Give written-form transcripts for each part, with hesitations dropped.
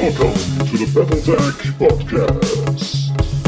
Welcome to the Battletech Podcast.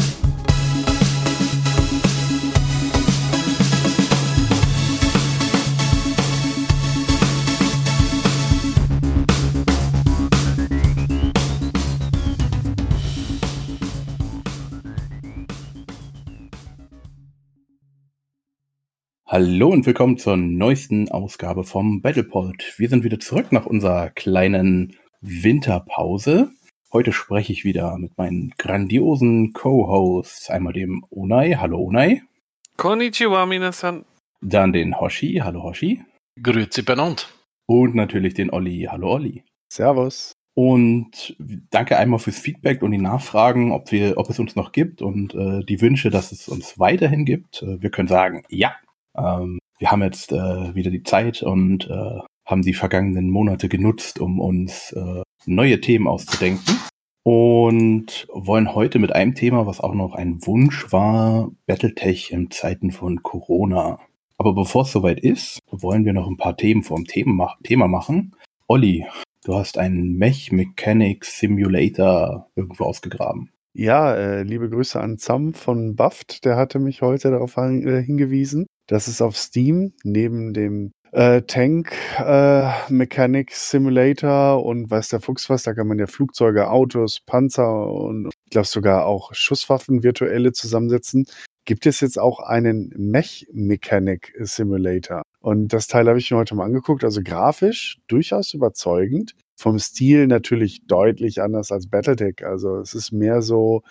Hallo und willkommen zur neuesten Ausgabe vom Battlepod. Wir sind wieder zurück nach unserer kleinen Winterpause. Heute spreche ich wieder mit meinen grandiosen Co-Hosts. Einmal dem Onai. Hallo Onai. Konnichiwa, minasan. Dann den Hoshi. Hallo Hoshi. Grüezi benannt. Und natürlich den Olli. Hallo Olli. Servus. Und danke einmal fürs Feedback und die Nachfragen, ob es uns noch gibt und die Wünsche, dass es uns weiterhin gibt. Wir können sagen, ja. Wir haben jetzt wieder die Zeit und haben die vergangenen Monate genutzt, um uns neue Themen auszudenken. Und wollen heute mit einem Thema, was auch noch ein Wunsch war, Battletech in Zeiten von Corona. Aber bevor es soweit ist, wollen wir noch ein paar Themen vom Thema machen. Olli, du hast einen Mech Mechanics Simulator irgendwo ausgegraben. Ja, liebe Grüße an Sam von Buffed, der hatte mich heute darauf hingewiesen, dass es auf Steam neben dem Tank Mechanics Simulator und weiß der Fuchs was, da kann man ja Flugzeuge, Autos, Panzer und ich glaube sogar auch Schusswaffen virtuelle zusammensetzen. Gibt es jetzt auch einen Mech Mechanic Simulator? Und das Teil habe ich mir heute mal angeguckt, also grafisch durchaus überzeugend. Vom Stil natürlich deutlich anders als Battletech. Also es ist mehr so,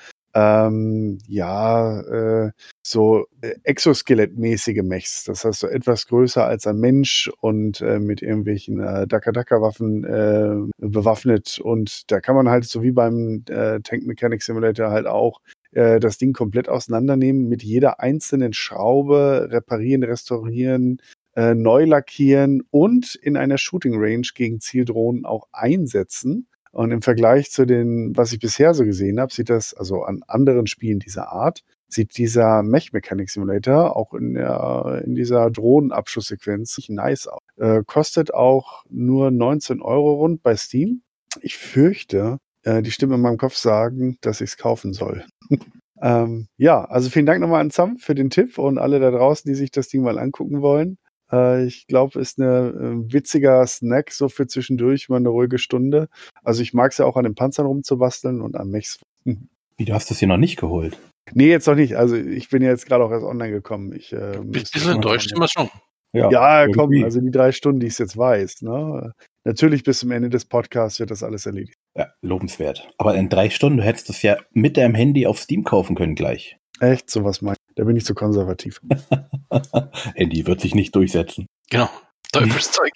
Exoskelett-mäßige Mechs. Das heißt so etwas größer als ein Mensch und mit irgendwelchen Daka-Daka-Waffen bewaffnet. Und da kann man halt so wie beim Tank Mechanic Simulator halt auch das Ding komplett auseinandernehmen, mit jeder einzelnen Schraube reparieren, restaurieren, neu lackieren und in einer Shooting Range gegen Zieldrohnen auch einsetzen. Und im Vergleich zu den, was ich bisher so gesehen habe, sieht das, also an anderen Spielen dieser Art, sieht dieser Mech Mechanic Simulator auch in dieser Drohnenabschusssequenz nice aus. Kostet auch nur 19 Euro rund bei Steam. Ich fürchte, die Stimmen in meinem Kopf sagen, dass ich es kaufen soll. Ja, also vielen Dank nochmal an Sam für den Tipp und alle da draußen, die sich das Ding mal angucken wollen. Ich glaube, ist ein witziger Snack, so für zwischendurch, mal eine ruhige Stunde. Also ich mag es ja auch an den Panzern rumzubasteln und an Mechs. Wie, du hast das hier noch nicht geholt? Nee, jetzt noch nicht. Also ich bin ja jetzt gerade auch erst online gekommen. Bisschen enttäuscht immer schon. Ja, komm, irgendwie. also die 3 Stunden, die ich jetzt weiß. Ne? Natürlich bis zum Ende des Podcasts wird das alles erledigt. Ja, lobenswert. Aber in 3 Stunden, du hättest es ja mit deinem Handy auf Steam kaufen können gleich. Echt, sowas mein ich. Da bin ich zu konservativ. Handy wird sich nicht durchsetzen. Genau. Teufelszeug.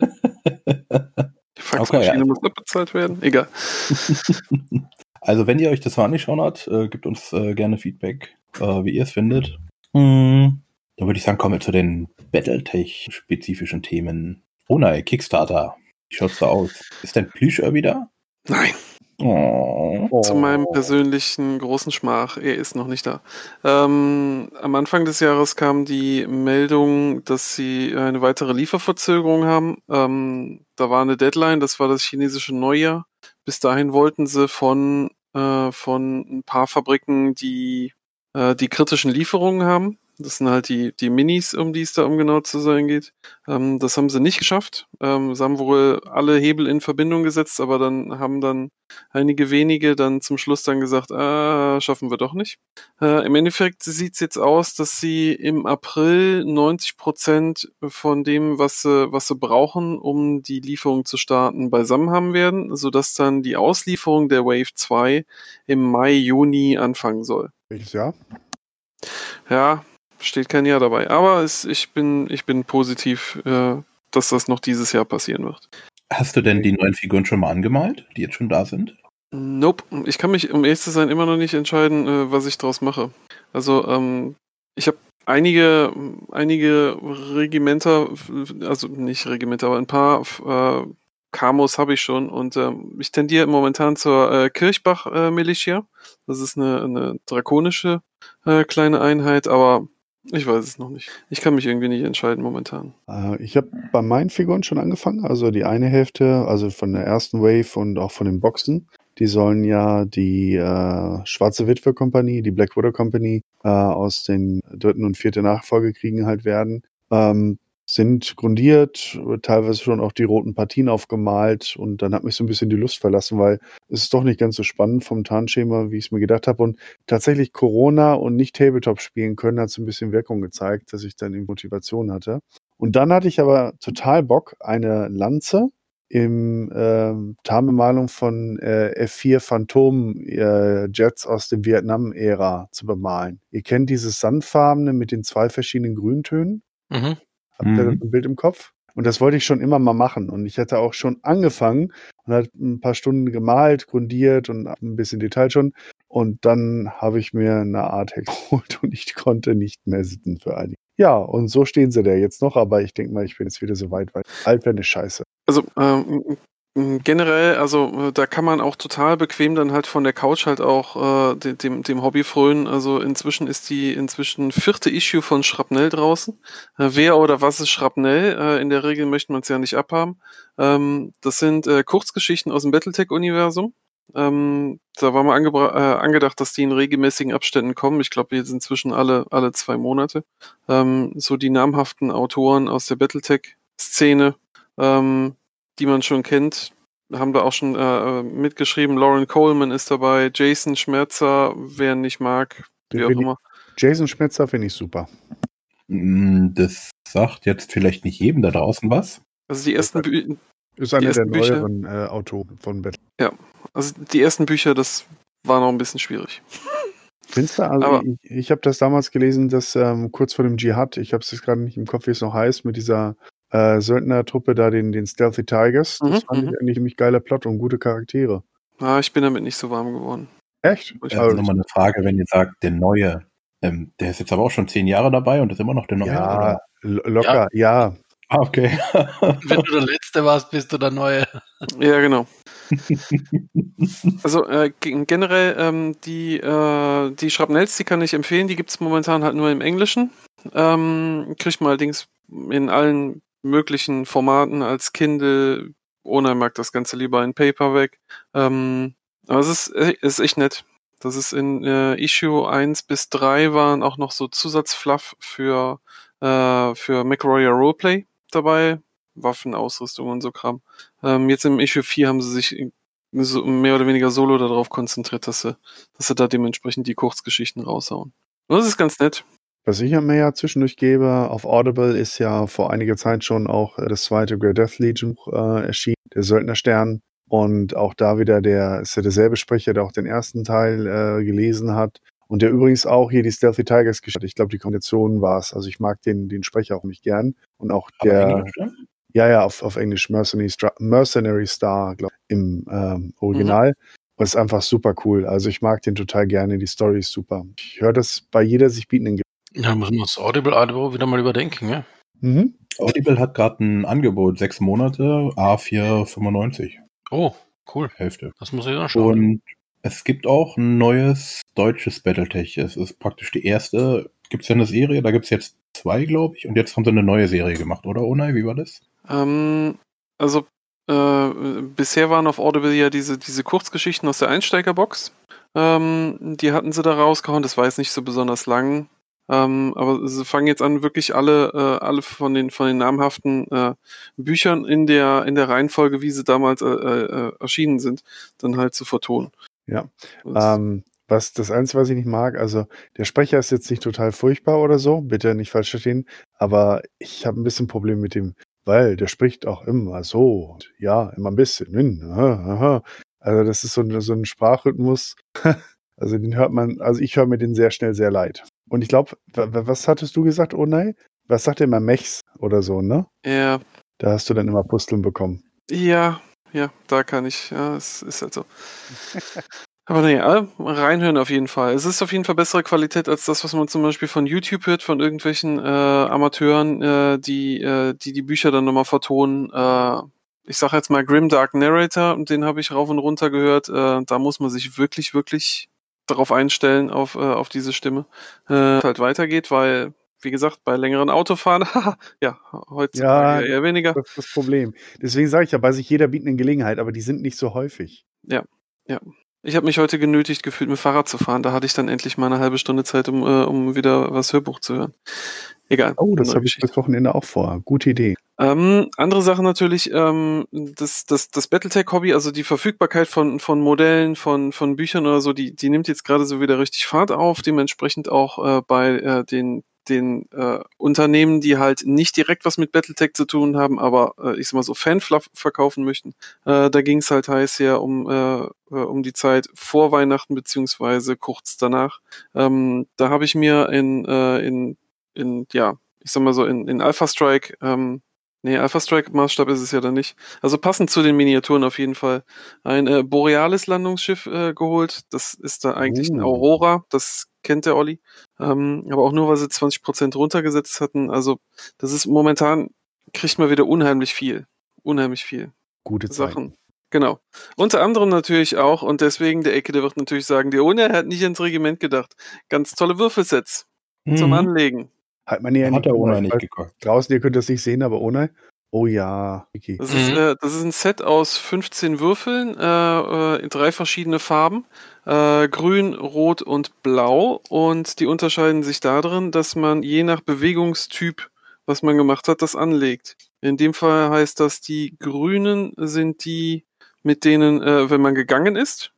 Die Faxmaschine muss abbezahlt werden. Egal. Also wenn ihr euch das mal angeschaut habt, gebt uns gerne Feedback, wie ihr es findet. Dann würde ich sagen, kommen wir zu den Battletech-spezifischen Themen. Onai, Kickstarter. Wie schaut's da aus? Ist dein Plüsch wieder? Nein. Oh. Zu meinem persönlichen großen Schmach. Er ist noch nicht da. Am Anfang des Jahres kam die Meldung, dass sie eine weitere Lieferverzögerung haben. Da war eine Deadline, das war das chinesische Neujahr. Bis dahin wollten sie von ein paar Fabriken die kritischen Lieferungen haben. Das sind halt die Minis, um die es da, um genau zu sein, geht. Das haben sie nicht geschafft. Sie haben wohl alle Hebel in Verbindung gesetzt, aber dann haben einige wenige dann zum Schluss dann gesagt, schaffen wir doch nicht. Im Endeffekt sieht es jetzt aus, dass sie im April 90% von dem, was sie brauchen, um die Lieferung zu starten, beisammen haben werden, sodass dann die Auslieferung der Wave 2 im Mai, Juni anfangen soll. Welches Jahr? Ja, steht kein Jahr dabei. Aber ich bin positiv, dass das noch dieses Jahr passieren wird. Hast du denn die neuen Figuren schon mal angemalt, die jetzt schon da sind? Nope. Ich kann mich, um ehrlich zu sein, immer noch nicht entscheiden, was ich draus mache. Also, ich habe einige Regimenter, also nicht Regimenter, aber ein paar Camos habe ich schon und ich tendiere momentan zur Kirchbach-Militia. Das ist eine drakonische kleine Einheit, aber ich weiß es noch nicht. Ich kann mich irgendwie nicht entscheiden momentan. Ich habe bei meinen Figuren schon angefangen, also die eine Hälfte, also von der ersten Wave und auch von den Boxen, Die sollen ja die Schwarze Witwe Company, die Blackwater Company aus den dritten und vierten Nachfolgekriegen halt werden. Sind grundiert, teilweise schon auch die roten Partien aufgemalt und dann hat mich so ein bisschen die Lust verlassen, weil es ist doch nicht ganz so spannend vom Tarnschema, wie ich es mir gedacht habe. Und tatsächlich Corona und nicht Tabletop spielen können, hat so ein bisschen Wirkung gezeigt, dass ich dann die Motivation hatte. Und dann hatte ich aber total Bock, eine Lanze im Tarnbemalung von F4 Phantom Jets aus dem Vietnam-Ära zu bemalen. Ihr kennt dieses sandfarbene mit den 2 verschiedenen Grüntönen? Mhm. Habt ihr das ein Bild im Kopf? Und das wollte ich schon immer mal machen. Und ich hatte auch schon angefangen und hat ein paar Stunden gemalt, grundiert und ein bisschen Detail schon. Und dann habe ich mir eine Art Hex geholt und ich konnte nicht mehr sitzen für einige. Ja, und so stehen sie da jetzt noch, aber ich denke mal, ich bin jetzt wieder so weit, weil alt wäre eine Scheiße. Also generell, also da kann man auch total bequem dann halt von der Couch halt auch dem Hobby frönen. Also inzwischen ist die 4. Issue von Schrapnell draußen. Wer oder was ist Schrapnell? In der Regel möchte man es ja nicht abhaben. Das sind Kurzgeschichten aus dem Battletech-Universum. Da war mal angedacht, dass die in regelmäßigen Abständen kommen. Ich glaube, jetzt inzwischen alle 2 Monate. So die namhaften Autoren aus der Battletech-Szene, die man schon kennt, haben da auch schon mitgeschrieben. Lauren Coleman ist dabei, Jason Schmerzer, wer ihn nicht mag, wie auch immer. Jason Schmerzer finde ich super. Das sagt jetzt vielleicht nicht jedem da draußen was. Also die ersten Ist einer der Bücher, neueren Autoren von Battle. Ja, also die ersten Bücher, das war noch ein bisschen schwierig. Findest du? Also ich habe das damals gelesen, dass kurz vor dem Dschihad, ich habe es jetzt gerade nicht im Kopf, wie es noch heißt, mit dieser Söldnertruppe da, den Stealthy Tigers. Das fand ich eigentlich ein ziemlich geiler Plot und gute Charaktere. Ich bin damit nicht so warm geworden. Echt? Nochmal eine Frage, wenn ihr sagt, der Neue, der ist jetzt aber auch schon 10 Jahre dabei und ist immer noch der Neue? Ja, locker, ja. Ah, okay. Wenn du der Letzte warst, bist du der Neue. Ja, genau. Also generell die Schrapnells, die kann ich empfehlen, die gibt es momentan halt nur im Englischen. Kriegt man allerdings in allen möglichen Formaten als Kindle. Ona mag das Ganze lieber in Paperback. Aber es ist echt nett. Das ist in Issue 1 bis 3 waren auch noch so Zusatzfluff für MacRoyal Roleplay dabei. Waffen, Ausrüstung und so Kram. Jetzt im Issue 4 haben sie sich so mehr oder weniger solo darauf konzentriert, dass sie da dementsprechend die Kurzgeschichten raushauen. Und das ist ganz nett. Was ich mir ja zwischendurch gebe, auf Audible ist ja vor einiger Zeit schon auch das zweite Great Death Legion erschienen, der Söldnerstern. Und auch da wieder ist ja derselbe Sprecher, der auch den ersten Teil gelesen hat. Und der übrigens auch hier die Stealthy Tigers geschrieben hat. Ich glaube, die Kombination war es. Also ich mag den Sprecher auch nicht gern. Und auch der... Ja, auf Englisch Mercenary Star, glaube ich, im Original. Und ist einfach super cool. Also ich mag den total gerne. Die Story ist super. Ich höre das bei jeder sich bietenden. Ja, müssen wir das Audible wieder mal überdenken, ja? Mhm. Audible hat gerade ein Angebot, 6 Monate, A4,95. Oh, cool. Hälfte. Das muss ich dann schauen. Und es gibt auch ein neues deutsches Battletech. Es ist praktisch die erste. Gibt es ja eine Serie, da gibt es jetzt 2, glaube ich. Und jetzt haben sie eine neue Serie gemacht, oder Onay? Wie war das? Also bisher waren auf Audible ja diese Kurzgeschichten aus der Einsteigerbox. Die hatten sie da rausgehauen. Das war jetzt nicht so besonders lang. Aber sie fangen jetzt an, wirklich alle von den namhaften Büchern in der Reihenfolge, wie sie damals erschienen sind, dann halt zu vertonen. Ja. Das Einzige, was ich nicht mag, also der Sprecher ist jetzt nicht total furchtbar oder so, bitte nicht falsch verstehen, aber ich habe ein bisschen Problem mit dem, weil der spricht auch immer so und ja, immer ein bisschen. Also das ist so ein Sprachrhythmus, also den hört man, also ich höre mir den sehr schnell sehr leid. Und ich glaube, was hattest du gesagt, Onay? Was sagt der immer? Mechs oder so, ne? Ja. Da hast du dann immer Pusteln bekommen. Ja, da kann ich, ja, es ist halt so. Aber naja, reinhören auf jeden Fall. Es ist auf jeden Fall bessere Qualität als das, was man zum Beispiel von YouTube hört, von irgendwelchen Amateuren, die Bücher dann nochmal vertonen. Ich sage jetzt mal Grimdark Narrator, den habe ich rauf und runter gehört. Da muss man sich wirklich, wirklich darauf einstellen, auf diese Stimme. Halt weitergeht, weil, wie gesagt, bei längeren Autofahren, ja, heutzutage eher weniger. Das ist das Problem. Deswegen sage ich ja, bei sich jeder bietet eine Gelegenheit, aber die sind nicht so häufig. Ja. Ich habe mich heute genötigt gefühlt, mit Fahrrad zu fahren. Da hatte ich dann endlich mal eine halbe Stunde Zeit, um wieder was Hörbuch zu hören. Egal. Oh, das habe ich das Wochenende auch vor. Gute Idee. Andere Sache natürlich, das Battletech-Hobby, also die Verfügbarkeit von Modellen, von Büchern oder so, die nimmt jetzt gerade so wieder richtig Fahrt auf. Dementsprechend auch bei den Unternehmen, die halt nicht direkt was mit Battletech zu tun haben, aber ich sag mal so Fanfluff verkaufen möchten. Da ging es halt heiß her um die Zeit vor Weihnachten beziehungsweise kurz danach. Da habe ich mir in Alpha Strike, Alpha Strike Maßstab ist es ja dann nicht. Also passend zu den Miniaturen auf jeden Fall ein Borealis Landungsschiff geholt. Das ist da eigentlich ein Aurora. Das kennt der Olli. Aber auch nur, weil sie 20% runtergesetzt hatten. Also das ist momentan, kriegt man wieder unheimlich viel. Unheimlich viel. Gute Sachen. Genau. Unter anderem natürlich auch, und deswegen der Ecke, der wird natürlich sagen, der Ohne hat nicht ans Regiment gedacht. Ganz tolle Würfelsets zum Anlegen. Hat man ja Hat der Onai nicht geguckt. Draußen, ihr könnt das nicht sehen, aber Onai. Oh ja, Vicky. Das ist ein Set aus 15 Würfeln in 3 verschiedene Farben. Grün, Rot und Blau. Und die unterscheiden sich darin, dass man je nach Bewegungstyp, was man gemacht hat, das anlegt. In dem Fall heißt das, die Grünen sind die, mit denen, wenn man gegangen ist,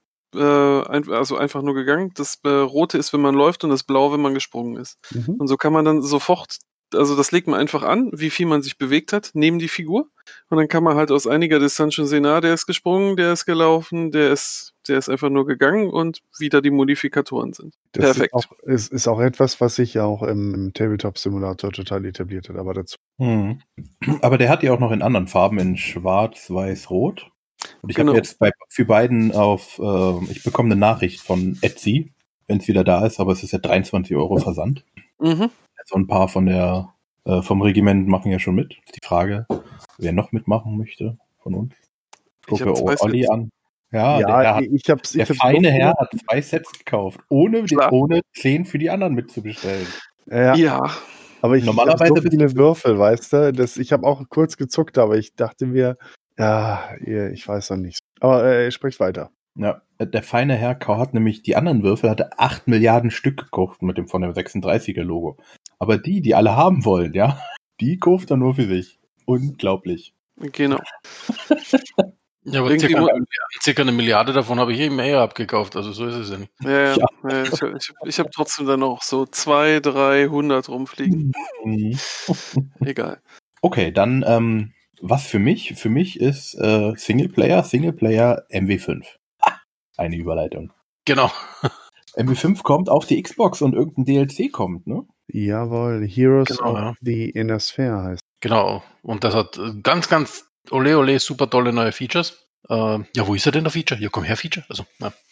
also einfach nur gegangen. Das Rote ist, wenn man läuft, und das Blaue, wenn man gesprungen ist. Und so kann man dann sofort, also das legt man einfach an, wie viel man sich bewegt hat, neben die Figur. Und dann kann man halt aus einiger Distanz schon sehen, der ist gesprungen, der ist gelaufen, der ist einfach nur gegangen, und wieder die Modifikatoren sind. Das Perfekt. Ist auch etwas, was sich ja auch im Tabletop-Simulator total etabliert hat, aber dazu. Aber der hat ja auch noch in anderen Farben, in Schwarz, Weiß, Rot. Und ich habe jetzt für beiden ich bekomme eine Nachricht von Etsy, wenn es wieder da ist, aber es ist ja 23 € Versand. Also ein paar vom Regiment machen ja schon mit. Ist die Frage, wer noch mitmachen möchte von uns. Gucke Olli an. Der feine Herr hat 2 Sets gekauft, ohne 10 für die anderen mitzubestellen. Ja. Aber ich normalerweise habe so viele Würfel, weißt du? Ich habe auch kurz gezuckt, aber ich dachte mir, ich weiß noch nicht. Aber sprich weiter. Ja, der feine Herr hat nämlich die anderen Würfel, hatte 8 Milliarden Stück gekauft von dem 36er Logo. Aber die alle haben wollen, die kauft er nur für sich. Unglaublich. Genau. Ja, aber circa 1 Milliarde davon habe ich eben eher abgekauft, also so ist es ja nicht. Ja. Ich habe trotzdem dann noch so 200-300 rumfliegen. Egal. Okay, dann was für mich ist Singleplayer MW5. Eine Überleitung. Genau. MW5 kommt auf die Xbox und irgendein DLC kommt, ne? Jawohl, Heroes of the Inner Sphere heißt. Genau, und das hat ganz, ganz ole, super tolle neue Features. Wo ist er denn, der Feature? Ja, komm her, Feature. Also,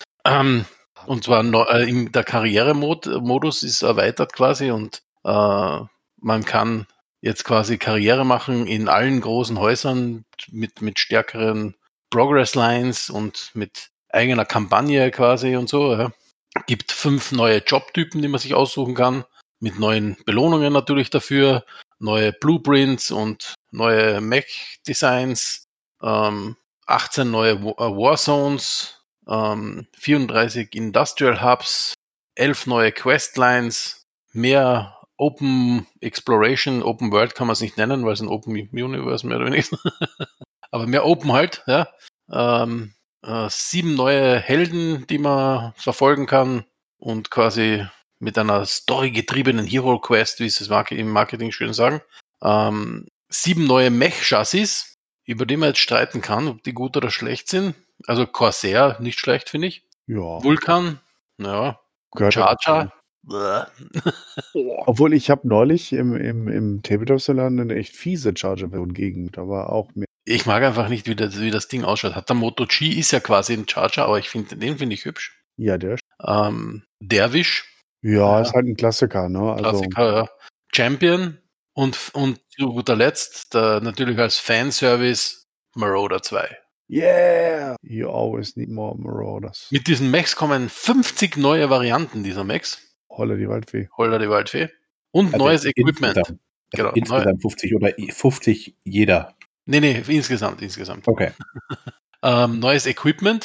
und zwar der Karrieremodus ist erweitert quasi, und man kann jetzt quasi Karriere machen in allen großen Häusern mit stärkeren Progress-Lines und mit eigener Kampagne quasi und so. Ja. Gibt 5 neue Jobtypen, die man sich aussuchen kann, mit neuen Belohnungen natürlich dafür, neue Blueprints und neue Mech-Designs, 18 neue Warzones, 34 Industrial Hubs, 11 neue Questlines, mehr Open Exploration, Open World kann man es nicht nennen, weil es ein Open Universe mehr oder weniger ist. Aber mehr Open halt, ja. 7 neue Helden, die man verfolgen kann, und quasi mit einer storygetriebenen Hero Quest, wie sie es im Marketing schön sagen. 7 neue Mech-Chassis, über die man jetzt streiten kann, ob die gut oder schlecht sind. Also Corsair, nicht schlecht, finde ich. Ja. Vulcan, Charger. Obwohl, ich habe neulich im Tabletop-Salon eine echt fiese Charger-Version gegen. Da war auch mehr. Ich mag einfach nicht, wie das Ding ausschaut. Hat der Moto G ist ja quasi ein Charger, aber den finde ich hübsch. Ja, der. Derwisch. Ja, ist halt ein Klassiker, ne? Klassiker, ja. Champion und zu guter Letzt natürlich als Fanservice Marauder 2. Yeah! You always need more Marauders. Mit diesen Mechs kommen 50 neue Varianten dieser Mechs. Holla die Waldfee. Und neues Equipment. Insgesamt 50 oder 50 jeder. Nee, insgesamt. Okay. Neues Equipment,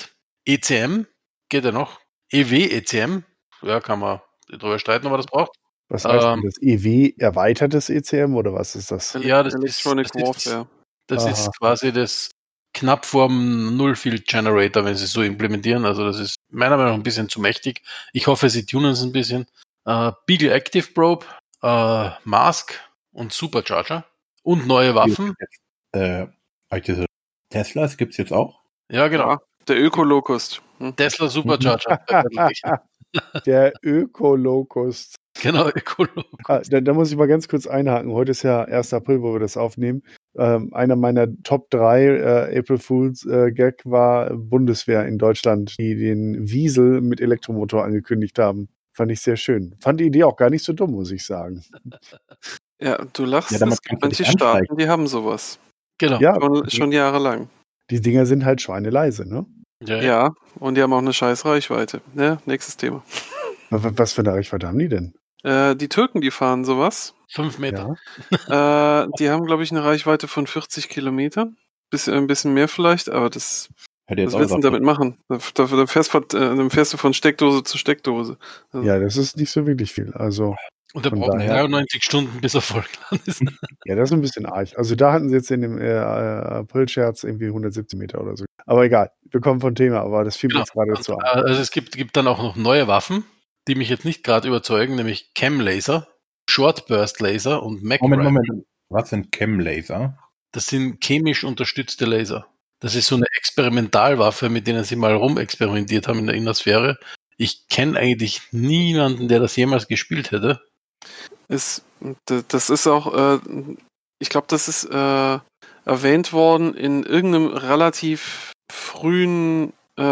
ECM, geht ja noch. EW-ECM, ja, kann man drüber streiten, ob man das braucht. Was heißt denn das? EW erweitertes ECM oder was ist das? Ja, das Electronic Warfare. Das ist quasi das knapp vorm Nullfield Generator, wenn sie es so implementieren. Also das ist meiner Meinung nach ein bisschen zu mächtig. Ich hoffe, sie tunen es ein bisschen. Beagle Active Probe, Mask und Supercharger und neue Waffen. Diese Teslas gibt es jetzt auch? Ja, genau. Ja, der Öko-Locust. Tesla Supercharger. Der Öko-Locust. Genau, Öko-Locust. Da muss ich mal ganz kurz einhaken. Heute ist ja 1. April, wo wir das aufnehmen. Einer meiner Top 3 April Fools Gag war Bundeswehr in Deutschland, die den Wiesel mit Elektromotor angekündigt haben. Fand ich sehr schön. Fand die Idee auch gar nicht so dumm, muss ich sagen. Ja, du lachst, Ja, damit es gibt kannst du manche dich Staaten, ansteigen. die haben sowas. Genau. Ja, Schon jahrelang. die Dinger sind halt schweineleise, ne? Ja, und die haben auch eine scheiß Reichweite. Ja, nächstes Thema. Was für eine Reichweite haben die denn? Die Türken, die fahren sowas. 5 Meter. Ja. Die haben, glaube ich, eine Reichweite von 40 Kilometern. Ein bisschen mehr vielleicht, aber was willst du damit machen? Dann fährst du von Steckdose zu Steckdose. Also, Ja, das ist nicht so wirklich viel. Also, Und er von braucht daher- 93 Stunden, bis er vollgeladen ist. ja, das ist ein bisschen arg. Also da hatten sie jetzt in dem April-Scherz irgendwie 117 Meter oder so. Aber egal, wir kommen vom Thema, aber das fiel mir Genau. jetzt gerade dazu ein. Also es gibt dann auch noch neue Waffen, die mich jetzt nicht gerade überzeugen, nämlich Chem-Laser, Short-Burst-Laser und Moment. Was sind Chem-Laser? Das sind chemisch unterstützte Laser. Das ist so eine Experimentalwaffe, mit denen sie mal rumexperimentiert haben in der Innersphäre. Ich kenne eigentlich niemanden, der das jemals gespielt hätte. das ist auch, ich glaube, das ist erwähnt worden in irgendeinem relativ frühen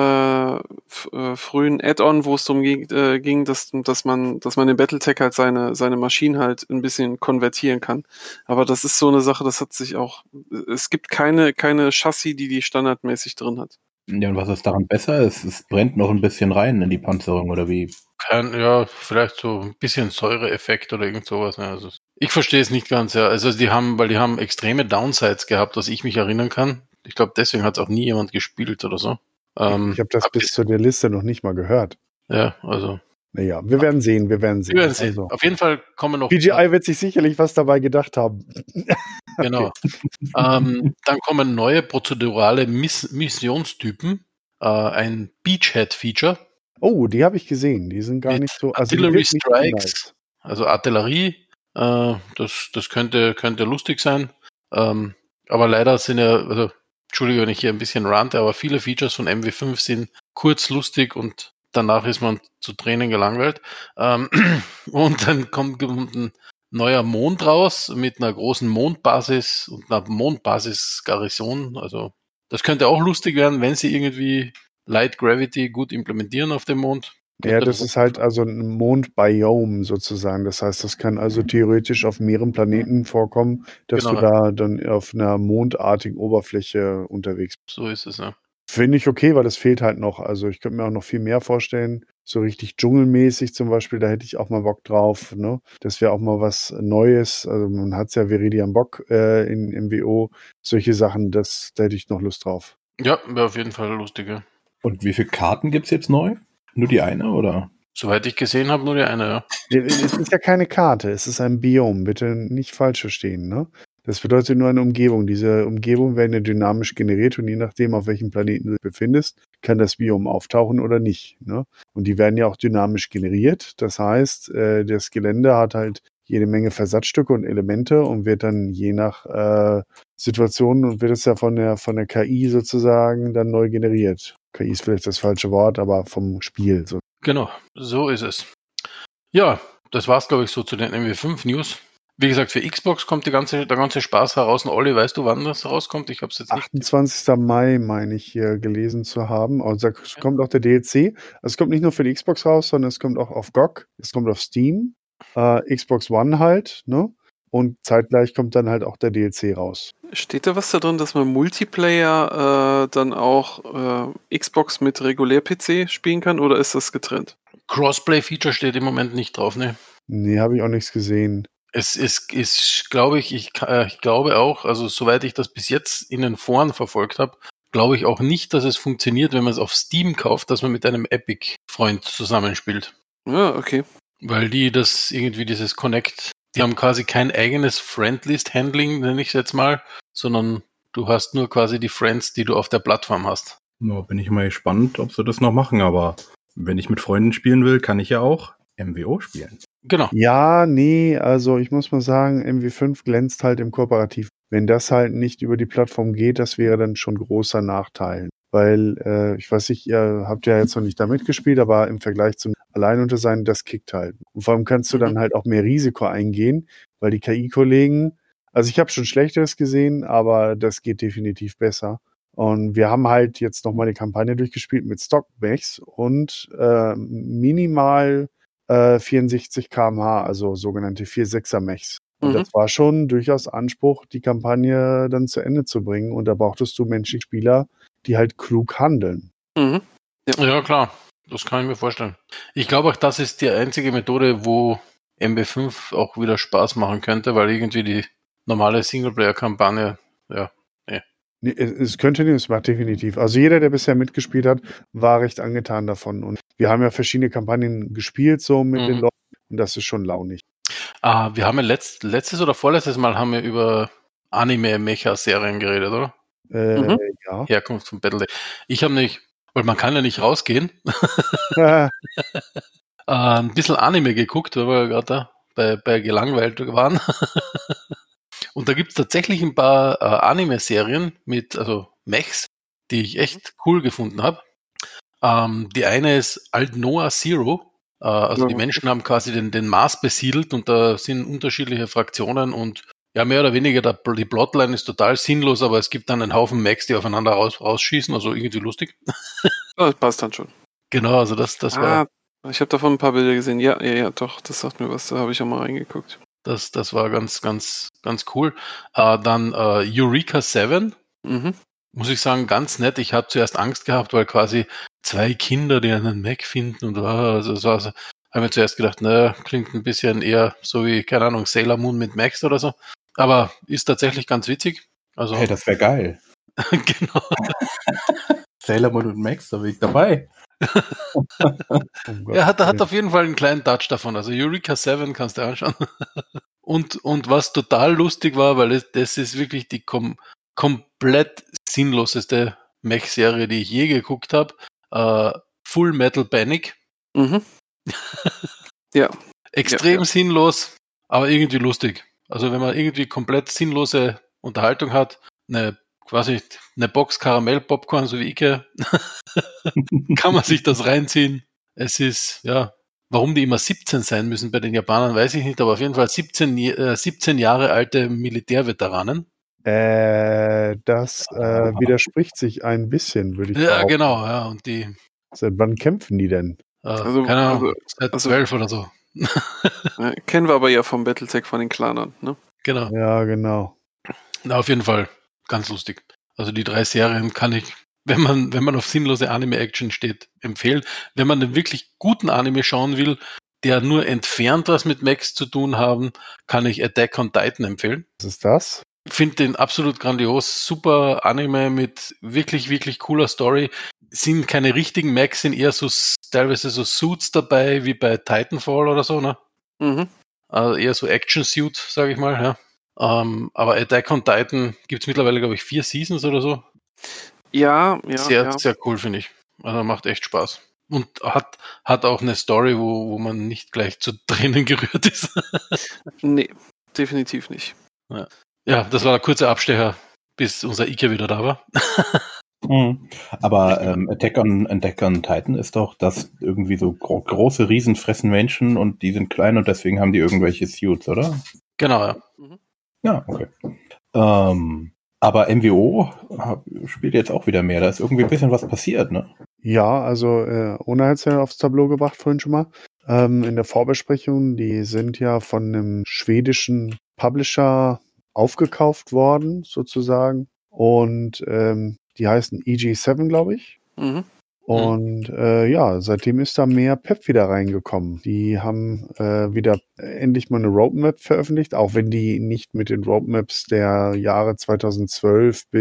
Add-on, wo es darum ging, dass man in Battletech halt seine Maschinen halt ein bisschen konvertieren kann. Aber das ist so eine Sache, das hat sich auch, es gibt keine Chassis, die standardmäßig drin hat. Ja, und was ist daran besser? Es brennt noch ein bisschen rein in die Panzerung, oder wie? Ja, vielleicht so ein bisschen Säureeffekt oder irgend sowas. Ja, also ich verstehe es nicht ganz, ja. Also die haben extreme Downsides gehabt, was ich mich erinnern kann. Ich glaube, deswegen hat es auch nie jemand gespielt oder so. Ich habe das bis zu der Liste noch nicht mal gehört. Ja, also. Naja, wir werden sehen. Wir werden sehen. Also, Auf jeden Fall kommen noch. PGI wird sich sicherlich was dabei gedacht haben. Genau. Dann kommen neue prozedurale Missionstypen. Ein Beachhead-Feature. Oh, die habe ich gesehen. Die sind gar Mit nicht so. Artillery die wirken nicht so Strikes, nice. also Artillerie. Das könnte lustig sein. Aber leider sind Entschuldige, wenn ich hier ein bisschen rante, aber viele Features von MW5 sind kurz lustig und danach ist man zu Tränen gelangweilt. Und dann kommt ein neuer Mond raus mit einer großen Mondbasis und einer Mondbasis-Garnison. Also das könnte auch lustig werden, wenn sie irgendwie Light Gravity gut implementieren auf dem Mond. Ja, das ist halt also ein Mondbiome sozusagen. Das heißt, das kann also theoretisch auf mehreren Planeten vorkommen, dass Genau. du da dann auf einer mondartigen Oberfläche unterwegs bist. So ist es, ja. Finde ich okay, weil das fehlt halt noch. Also ich könnte mir auch noch viel mehr vorstellen. So richtig dschungelmäßig zum Beispiel, da hätte ich auch mal Bock drauf. Ne? Das wäre auch mal was Neues. Also man hat es ja Viridian Bock in MWO. Solche Sachen, da hätte ich noch Lust drauf. Ja, wäre auf jeden Fall lustig, ja. Und wie viele Karten gibt es jetzt neu? Nur die eine, oder? Soweit ich gesehen habe, nur die eine, ja. Es ist ja keine Karte, es ist ein Biom. Bitte nicht falsch verstehen. Ne? Das bedeutet nur eine Umgebung. Diese Umgebung werden ja dynamisch generiert und je nachdem, auf welchem Planeten du dich befindest, kann das Biom auftauchen oder nicht. Ne? Und die werden ja auch dynamisch generiert. Das heißt, das Gelände hat halt jede Menge Versatzstücke und Elemente und wird dann je nach Situationen und wird es ja von der KI sozusagen dann neu generiert. KI ist vielleicht das falsche Wort, aber vom Spiel. So. Genau, so ist es. Ja, das war's, glaube ich, so zu den MW5-News. Wie gesagt, für Xbox kommt der ganze Spaß heraus. Und Olli, weißt du, wann das rauskommt? Ich habe es jetzt nicht. 28. Mai, meine ich, hier gelesen zu haben. Also da kommt auch der DLC. Also es kommt nicht nur für die Xbox raus, sondern es kommt auch auf GOG, es kommt auf Steam, Xbox One halt, ne? Und zeitgleich kommt dann halt auch der DLC raus. Steht da was da drin, dass man Multiplayer dann auch Xbox mit Regulär-PC spielen kann oder ist das getrennt? Crossplay-Feature steht im Moment nicht drauf, ne? Nee, habe ich auch nichts gesehen. Es ist, glaube ich glaube auch, also soweit ich das bis jetzt in den Foren verfolgt habe, glaube ich auch nicht, dass es funktioniert, wenn man es auf Steam kauft, dass man mit einem Epic-Freund zusammenspielt. Ja, okay. Weil die das irgendwie dieses Connect, die haben quasi kein eigenes Friendlist-Handling, nenne ich es jetzt mal, sondern du hast nur quasi die Friends, die du auf der Plattform hast. Ja, bin ich mal gespannt, ob sie das noch machen, aber wenn ich mit Freunden spielen will, kann ich ja auch MWO spielen. Genau. Ja, nee, also ich muss mal sagen, MW5 glänzt halt im Kooperativ. Wenn das halt nicht über die Plattform geht, das wäre dann schon großer Nachteil. Weil, ich weiß nicht, ihr habt ja jetzt noch nicht da mitgespielt, aber im Vergleich zum Alleinuntersein, das kickt halt. Und vor allem kannst du dann halt auch mehr Risiko eingehen, weil die KI-Kollegen, also ich habe schon Schlechteres gesehen, aber das geht definitiv besser. Und wir haben halt jetzt nochmal die Kampagne durchgespielt mit Stock-Mechs und minimal 64 km/h, also sogenannte 4-6er Mechs. Und das war schon durchaus Anspruch, die Kampagne dann zu Ende zu bringen. Und da brauchtest du menschliche Spieler, die halt klug handeln. Mhm. Ja, klar. Das kann ich mir vorstellen. Ich glaube auch, das ist die einzige Methode, wo MB5 auch wieder Spaß machen könnte, weil irgendwie die normale Singleplayer-Kampagne, ja. Nee, es könnte nicht, es macht definitiv. Also jeder, der bisher mitgespielt hat, war recht angetan davon. Und wir haben ja verschiedene Kampagnen gespielt, so mit den Leuten. Und das ist schon launig. Wir haben ja letztes oder vorletztes Mal haben wir über Anime-Mecha-Serien geredet, oder? Ja. Herkunft von Battletech. Ich habe nicht, weil man kann ja nicht rausgehen, ein bisschen Anime geguckt, weil wir gerade da bei gelangweilt waren. Und da gibt es tatsächlich ein paar Anime-Serien mit, also Mechs, die ich echt cool gefunden habe. Die eine ist Aldnoah Zero. Also die Menschen haben quasi den Mars besiedelt und da sind unterschiedliche Fraktionen und ja, mehr oder weniger die Plotline ist total sinnlos, aber es gibt dann einen Haufen Mechs, die aufeinander rausschießen, also irgendwie lustig. Das passt dann schon. Genau, also das war... Ich habe davon ein paar Bilder gesehen. Ja, doch, das sagt mir was, da habe ich ja mal reingeguckt. Das war ganz, ganz, ganz cool. Dann Eureka 7. Muss ich sagen, ganz nett. Ich habe zuerst Angst gehabt, weil quasi 2 Kinder, die einen Mac finden und also so, habe mir zuerst gedacht, naja, klingt ein bisschen eher so wie, keine Ahnung, Sailor Moon mit Max oder so. Aber ist tatsächlich ganz witzig. Also, Hey, das wäre geil. Genau. Sailor Moon und Max, da bin ich dabei. Er hat auf jeden Fall einen kleinen Touch davon. Also Eureka 7 kannst du anschauen. Und was total lustig war, weil das ist wirklich die komplett sinnloseste Mech-Serie, die ich je geguckt habe. Full Metal Panic. Ja. Extrem sinnlos, aber irgendwie lustig. Also wenn man irgendwie komplett sinnlose Unterhaltung hat, eine Box Karamell-Popcorn, so wie ich, kann man sich das reinziehen. Es ist, ja, warum die immer 17 sein müssen bei den Japanern, weiß ich nicht, aber auf jeden Fall 17 Jahre alte Militärveteranen. Das widerspricht sich ein bisschen, würde ich behaupten. Ja, genau, ja, und die... Seit wann kämpfen die denn? Keine Ahnung, seit 12 oder so. Kennen wir aber ja vom Battletech von den Clanern, ne? Genau. Ja, genau. Na, auf jeden Fall ganz lustig. Also die 3 Serien kann ich, wenn man auf sinnlose Anime-Action steht, empfehlen. Wenn man einen wirklich guten Anime schauen will, der nur entfernt was mit Mechs zu tun haben, kann ich Attack on Titan empfehlen. Was ist das? Ich finde den absolut grandios. Super Anime mit wirklich, wirklich cooler Story. Sind keine richtigen Mechs, sind eher so teilweise so Suits dabei, wie bei Titanfall oder so, ne? Also eher so Action-Suit, sage ich mal, ja. Aber Attack on Titan gibt es mittlerweile, glaube ich, 4 Seasons oder so. Ja. Sehr cool, finde ich. Also macht echt Spaß. Und hat auch eine Story, wo man nicht gleich zu Tränen gerührt ist. Nee, definitiv nicht. Ja, das war ein kurzer Abstecher, bis unser Ike wieder da war. Aber Attack on Titan ist doch, dass irgendwie so große Riesen fressen Menschen und die sind klein und deswegen haben die irgendwelche Suits, oder? Genau, ja. Ja, okay. Aber MWO spielt jetzt auch wieder mehr. Da ist irgendwie ein bisschen was passiert, ne? Ja, also Ona hat es ja aufs Tableau gebracht vorhin schon mal. In der Vorbesprechung, die sind ja von einem schwedischen Publisher aufgekauft worden, sozusagen. Und die heißen EG7, glaube ich. Und ja, seitdem ist da mehr Pep wieder reingekommen. Die haben wieder endlich mal eine Roadmap veröffentlicht, auch wenn die nicht mit den Roadmaps der Jahre 2012 bis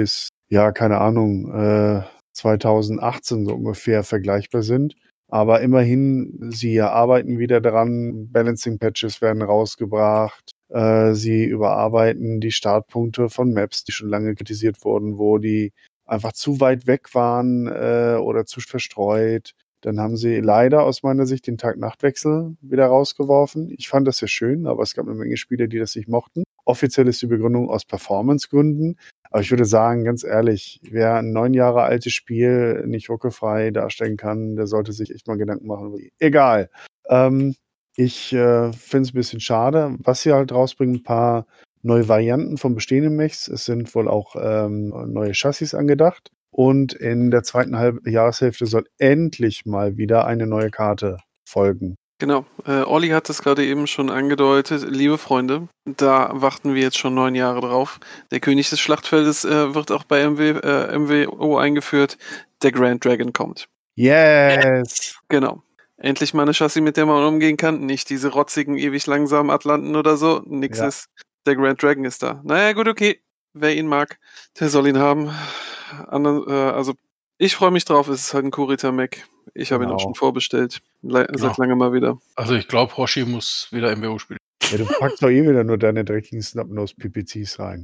ja, keine Ahnung, 2018 so ungefähr vergleichbar sind. Aber immerhin, sie arbeiten wieder dran, Balancing-Patches werden rausgebracht, sie überarbeiten die Startpunkte von Maps, die schon lange kritisiert wurden, wo die einfach zu weit weg waren oder zu verstreut. Dann haben sie leider aus meiner Sicht den Tag-Nacht-Wechsel wieder rausgeworfen. Ich fand das ja schön, aber es gab eine Menge Spieler, die das nicht mochten. Offiziell ist die Begründung aus Performance-Gründen. Aber ich würde sagen, ganz ehrlich, wer ein 9 Jahre altes Spiel nicht ruckelfrei darstellen kann, der sollte sich echt mal Gedanken machen. Egal. Ich finde es ein bisschen schade. Was sie halt rausbringen, ein paar neue Varianten von bestehenden Mechs. Es sind wohl auch neue Chassis angedacht. Und in der zweiten Jahreshälfte soll endlich mal wieder eine neue Karte folgen. Genau. Olli hat es gerade eben schon angedeutet. Liebe Freunde, da warten wir jetzt schon 9 Jahre drauf. Der König des Schlachtfeldes wird auch bei MWO eingeführt. Der Grand Dragon kommt. Yes! Genau. Endlich mal eine Chassis, mit der man umgehen kann. Nicht diese rotzigen, ewig langsamen Atlanten oder so. Nix Ja. ist. Der Grand Dragon ist da. Naja, gut, okay. Wer ihn mag, der soll ihn haben. Also, ich freue mich drauf. Es ist halt ein Kurita-Mech. Ich habe ihn Genau. auch schon vorbestellt. Seit langem mal wieder. Also ich glaube, Hoshi muss wieder MWO spielen. Ja, du packst doch eh wieder nur deine dreckigen Snapnose-PPCs rein.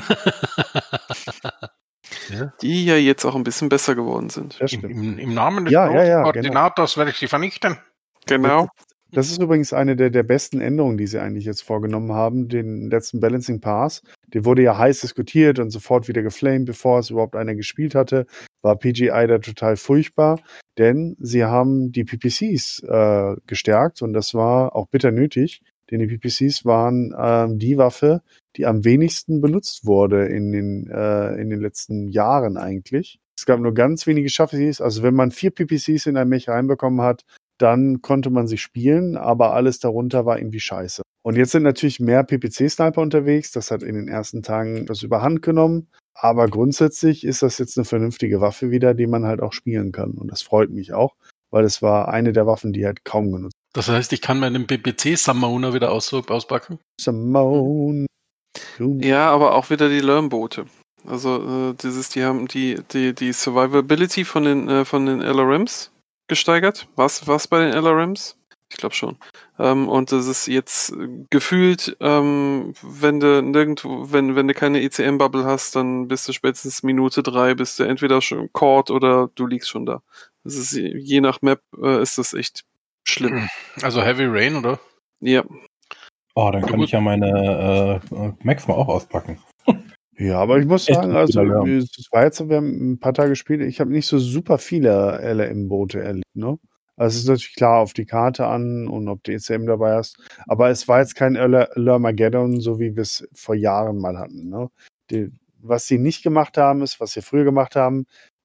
Ja. Die ja jetzt auch ein bisschen besser geworden sind. Das stimmt. Im Namen des Ja, Koordinators werde ich sie vernichten. Genau. Das ist übrigens eine der besten Änderungen, die sie eigentlich jetzt vorgenommen haben. Den letzten Balancing Pass, der wurde ja heiß diskutiert und sofort wieder geflamed, bevor es überhaupt einer gespielt hatte. War PGI da total furchtbar, denn sie haben die PPCs gestärkt und das war auch bitter nötig, denn die PPCs waren die Waffe, die am wenigsten benutzt wurde in den letzten Jahren eigentlich. Es gab nur ganz wenige Chassis, also wenn man 4 PPCs in ein Mech reinbekommen hat, dann konnte man sie spielen, aber alles darunter war irgendwie scheiße. Und jetzt sind natürlich mehr PPC-Sniper unterwegs, das hat in den ersten Tagen das überhand genommen, aber grundsätzlich ist das jetzt eine vernünftige Waffe wieder, die man halt auch spielen kann und das freut mich auch, weil es war eine der Waffen, die halt kaum genutzt Das heißt, ich kann meinen PPC-Summoner wieder auspacken. Simone. Ja, aber auch wieder die Learn-Boote. Also die haben die Survivability von den LRMs gesteigert. Was bei den LRMs? Ich glaube schon. Und das ist jetzt gefühlt, wenn du keine ECM-Bubble hast, dann bist du spätestens Minute 3, bist du entweder schon caught oder du liegst schon da. Das ist je nach Map ist das echt schlimm. Also Heavy Rain, oder? Ja. Oh, dann kann ich ja meine Max mal auch auspacken. Ja, aber ich muss sagen, also wieder lernen. es war jetzt, wir haben ein paar Tage gespielt, ich habe nicht so super viele LRM-Boote erlebt, ne? Also es ist natürlich klar auf die Karte an und ob du ECM dabei hast, aber es war jetzt kein Lermageddon, so wie wir es vor Jahren mal hatten, ne? Was sie nicht gemacht haben, ist, was sie früher gemacht haben,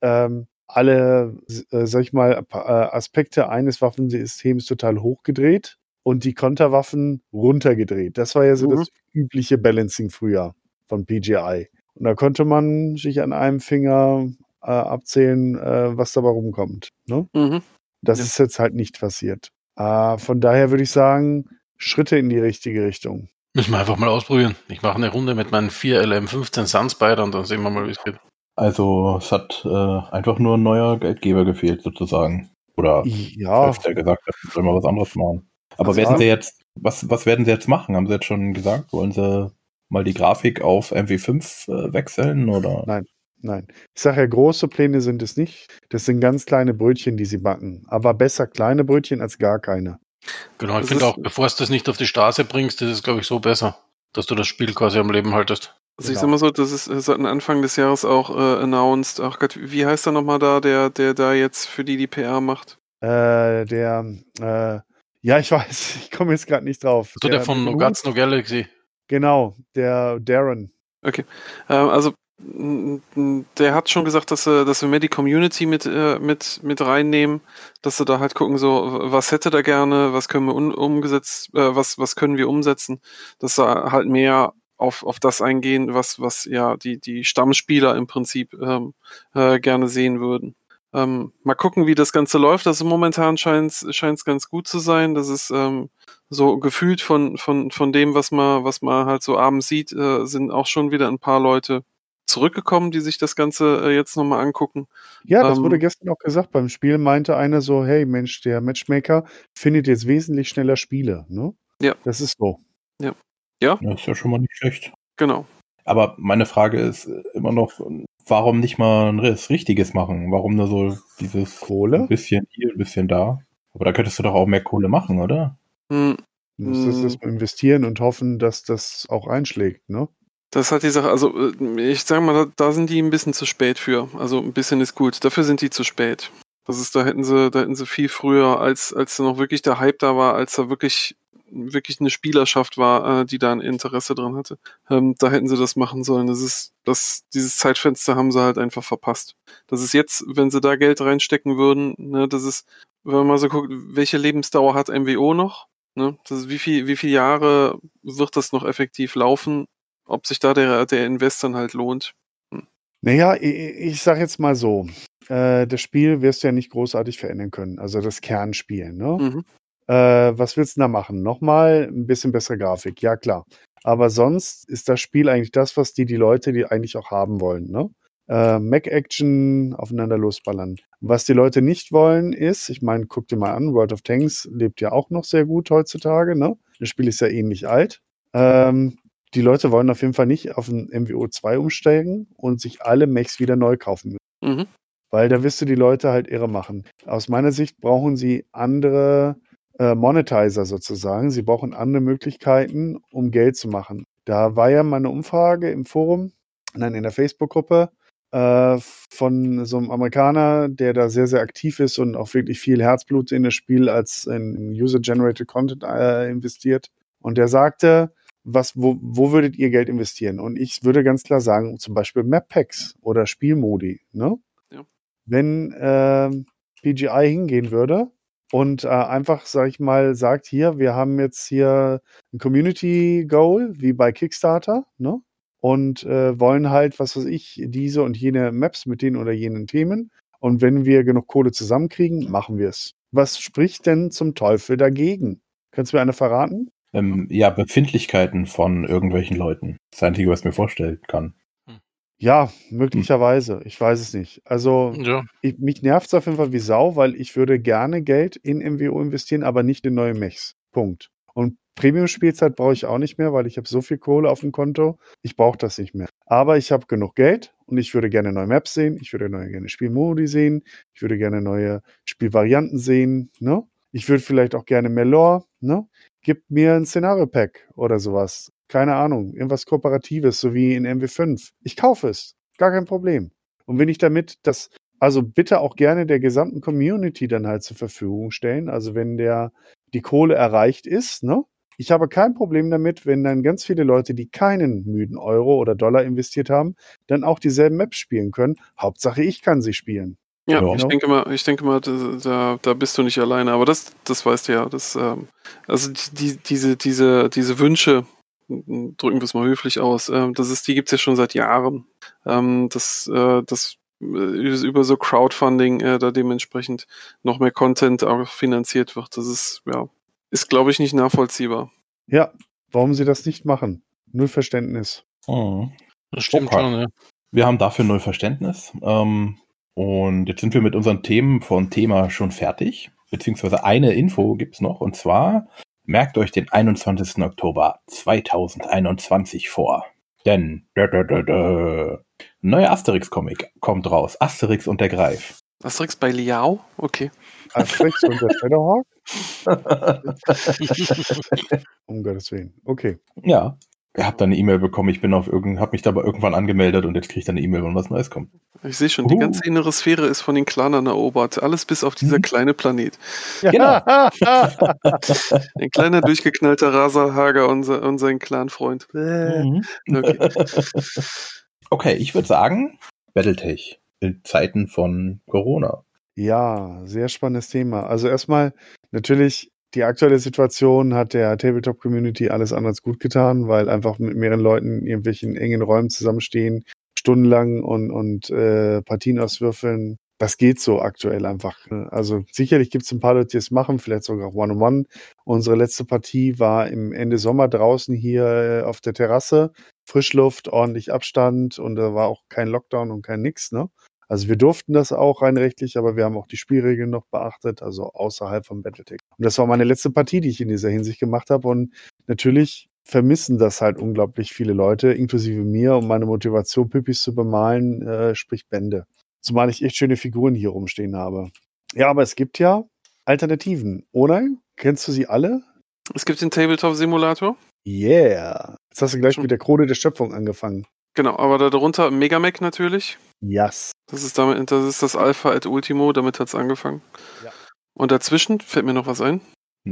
alle, sag ich mal, Aspekte eines Waffensystems total hochgedreht und die Konterwaffen runtergedreht. Das war ja so das übliche Balancing früher von PGI. Und da konnte man sich an einem Finger abzählen, was dabei rumkommt. Ne? Mhm. Das Ja. ist jetzt halt nicht passiert. Von daher würde ich sagen, Schritte in die richtige Richtung. Müssen wir einfach mal ausprobieren. Ich mache eine Runde mit meinen 4 LM15 Sunspider und dann sehen wir mal, wie es geht. Also es hat einfach nur ein neuer Geldgeber gefehlt sozusagen. Oder Ja, selbst der gesagt hat, soll mal was anderes machen. Aber Also, werden sie jetzt, was werden sie jetzt machen? Haben sie jetzt schon gesagt? Wollen sie mal die Grafik auf MW5 wechseln? Oder? nein. Ich sage ja, große Pläne sind es nicht. Das sind ganz kleine Brötchen, die sie backen. Aber besser kleine Brötchen als gar keine. Genau, ich Das finde ist- auch, bevor du das nicht auf die Straße bringst, ist es, glaube ich, so besser, dass du das Spiel quasi am Leben haltest. Also ich Genau. sag mal so, das ist seit Anfang des Jahres auch announced. Ach Gott, wie heißt er nochmal da, der da jetzt für die PR macht? Ja, ich weiß, ich komme jetzt gerade nicht drauf. So der von No Guts, No Galaxy. Genau, der Darren. Also der hat schon gesagt, dass wir mehr die Community mit reinnehmen, dass sie da halt gucken, so was hätte da gerne, was können wir was können wir umsetzen, dass sie halt mehr auf das eingehen, was ja die Stammspieler im Prinzip gerne sehen würden. Mal gucken, wie das Ganze läuft. Also momentan scheint es ganz gut zu sein. Das ist so gefühlt von dem, was man halt so abends sieht, sind auch schon wieder ein paar Leute zurückgekommen, die sich das Ganze jetzt nochmal angucken. Ja, das wurde gestern auch gesagt. Beim Spiel meinte einer so, hey Mensch, der Matchmaker findet jetzt wesentlich schneller Spiele. Ne? Ja. Das ist so. Ja. Ja, ist ja schon mal nicht schlecht. Genau. Aber meine Frage ist immer noch, warum nicht mal was Richtiges machen? Warum nur so dieses Kohle? ein bisschen hier, ein bisschen da? Aber da könntest du doch auch mehr Kohle machen, oder? Hm. Du musst das investieren und hoffen, dass das auch einschlägt, ne? Das hat die Sache, also ich sage mal, da sind die ein bisschen zu spät für. Also ein bisschen ist gut. Dafür sind die zu spät. Da hätten sie viel früher, als da noch wirklich der Hype da war, als da wirklich eine Spielerschaft war, die da ein Interesse dran hatte. Da hätten sie das machen sollen. Dieses Zeitfenster haben sie halt einfach verpasst. Das ist jetzt, wenn sie da Geld reinstecken würden, ne, das ist, wenn man mal so guckt, welche Lebensdauer hat MWO noch? Ne? Das ist, wie viele Jahre wird das noch effektiv laufen? Ob sich da der Invest dann halt lohnt. Naja, ich sag jetzt mal so, das Spiel wirst du ja nicht großartig verändern können, also das Kernspiel, ne? Mhm. Was willst du da machen? Nochmal ein bisschen bessere Grafik, ja klar. Aber sonst ist das Spiel eigentlich das, was die Leute, die eigentlich auch haben wollen, ne? Mac-Action, aufeinander losballern. Was die Leute nicht wollen ist, ich meine, guck dir mal an, World of Tanks lebt ja auch noch sehr gut heutzutage, ne? Das Spiel ist ja ähnlich alt. Die Leute wollen auf jeden Fall nicht auf ein MWO 2 umsteigen und sich alle Mechs wieder neu kaufen müssen. Mhm. Weil da wirst du die Leute halt irre machen. Aus meiner Sicht brauchen sie andere Monetizer sozusagen. Sie brauchen andere Möglichkeiten, um Geld zu machen. Da war ja mal eine Umfrage im Forum, nein, in der Facebook-Gruppe von so einem Amerikaner, der da sehr, sehr aktiv ist und auch wirklich viel Herzblut in das Spiel als in User-Generated Content investiert. Und der sagte, wo würdet ihr Geld investieren? Und ich würde ganz klar sagen, zum Beispiel Map Packs oder Spielmodi. Ne? Ja. Wenn PGI hingehen würde und einfach, sag ich mal, sagt, hier, wir haben jetzt hier ein Community Goal, wie bei Kickstarter, ne? Und wollen halt, was weiß ich, diese und jene Maps mit den oder jenen Themen. Und wenn wir genug Kohle zusammenkriegen, machen wir es. Was spricht denn zum Teufel dagegen? Kannst du mir eine verraten? Ja, Befindlichkeiten von irgendwelchen Leuten. Das Einzige, was ich mir vorstellen kann. Ja, möglicherweise. Ich weiß es nicht. Also, Ja. mich nervt es auf jeden Fall wie Sau, weil ich würde gerne Geld in MWO investieren, aber nicht in neue Mechs. Punkt. Und Premium-Spielzeit brauche ich auch nicht mehr, weil ich habe so viel Kohle auf dem Konto. Ich brauche das nicht mehr. Aber ich habe genug Geld und ich würde gerne neue Maps sehen. Ich würde gerne Spielmodi sehen. Ich würde gerne neue Spielvarianten sehen. Ne? Ich würde vielleicht auch gerne mehr Lore. Ne? Gib mir ein Szenario-Pack oder sowas. Keine Ahnung, irgendwas Kooperatives, so wie in MW5. Ich kaufe es. Gar kein Problem. Und wenn ich damit also bitte auch gerne der gesamten Community dann halt zur Verfügung stellen. Also wenn die Kohle erreicht ist, ne? Ich habe kein Problem damit, wenn dann ganz viele Leute, die keinen müden Euro oder Dollar investiert haben, dann auch dieselben Maps spielen können. Hauptsache ich kann sie spielen. Ja, Ja. ich denke mal, da bist du nicht alleine, aber das weißt du ja. Also diese Wünsche, drücken wir es mal höflich aus, die gibt es ja schon seit Jahren. Das über so Crowdfunding da dementsprechend noch mehr Content auch finanziert wird. Das ist, glaube ich, nicht nachvollziehbar. Ja, warum sie das nicht machen? Null Verständnis. Mhm. Das stimmt Okay. schon, ja. Wir haben dafür null Verständnis. Und jetzt sind wir mit unseren Themen von Thema schon fertig. Beziehungsweise eine Info gibt es noch. Und zwar merkt euch den 21. Oktober 2021 vor. Denn neuer Asterix-Comic kommt raus. Asterix und der Greif. Asterix bei Liao? Okay. Asterix und der Shadowhawk? Um Gottes Willen. Okay. Ja. Ihr habt dann eine E-Mail bekommen, hab mich da aber irgendwann angemeldet und jetzt kriege ich dann eine E-Mail, wenn was Neues kommt. Ich sehe schon, die ganze innere Sphäre ist von den Clanern erobert. Alles bis auf dieser kleine Planet. Genau. Ein kleiner durchgeknallter Rasalhager und sein Clan-Freund. Okay. Okay, ich würde sagen, Battletech in Zeiten von Corona. Ja, sehr spannendes Thema. Also erstmal natürlich, die aktuelle Situation hat der Tabletop-Community alles andere als gut getan, weil einfach mit mehreren Leuten in irgendwelchen engen Räumen zusammenstehen, stundenlang und Partien auswürfeln, Das geht so aktuell einfach. Also sicherlich gibt es ein paar Leute, die es machen, vielleicht sogar auch One-on-One. Unsere letzte Partie war im Ende Sommer draußen hier auf der Terrasse. Frischluft, ordentlich Abstand und da war auch kein Lockdown und kein Nix, ne? Also wir durften das auch rein rechtlich, aber wir haben auch die Spielregeln noch beachtet, also außerhalb vom Battletech. Und das war meine letzte Partie, die ich in dieser Hinsicht gemacht habe. Und natürlich vermissen das halt unglaublich viele Leute, inklusive mir, und meine Motivation, Pippis zu bemalen, spricht Bände. Zumal ich echt schöne Figuren hier rumstehen habe. Ja, aber es gibt ja Alternativen. Oder? Kennst du sie alle? Es gibt den Tabletop-Simulator. Yeah. Jetzt hast du gleich Schon. mit der Krone der Schöpfung angefangen. Genau, aber darunter Megamech natürlich. Yes. Das ist das Alpha et Ultimo, damit hat es angefangen. Ja. Und dazwischen fällt mir noch was ein.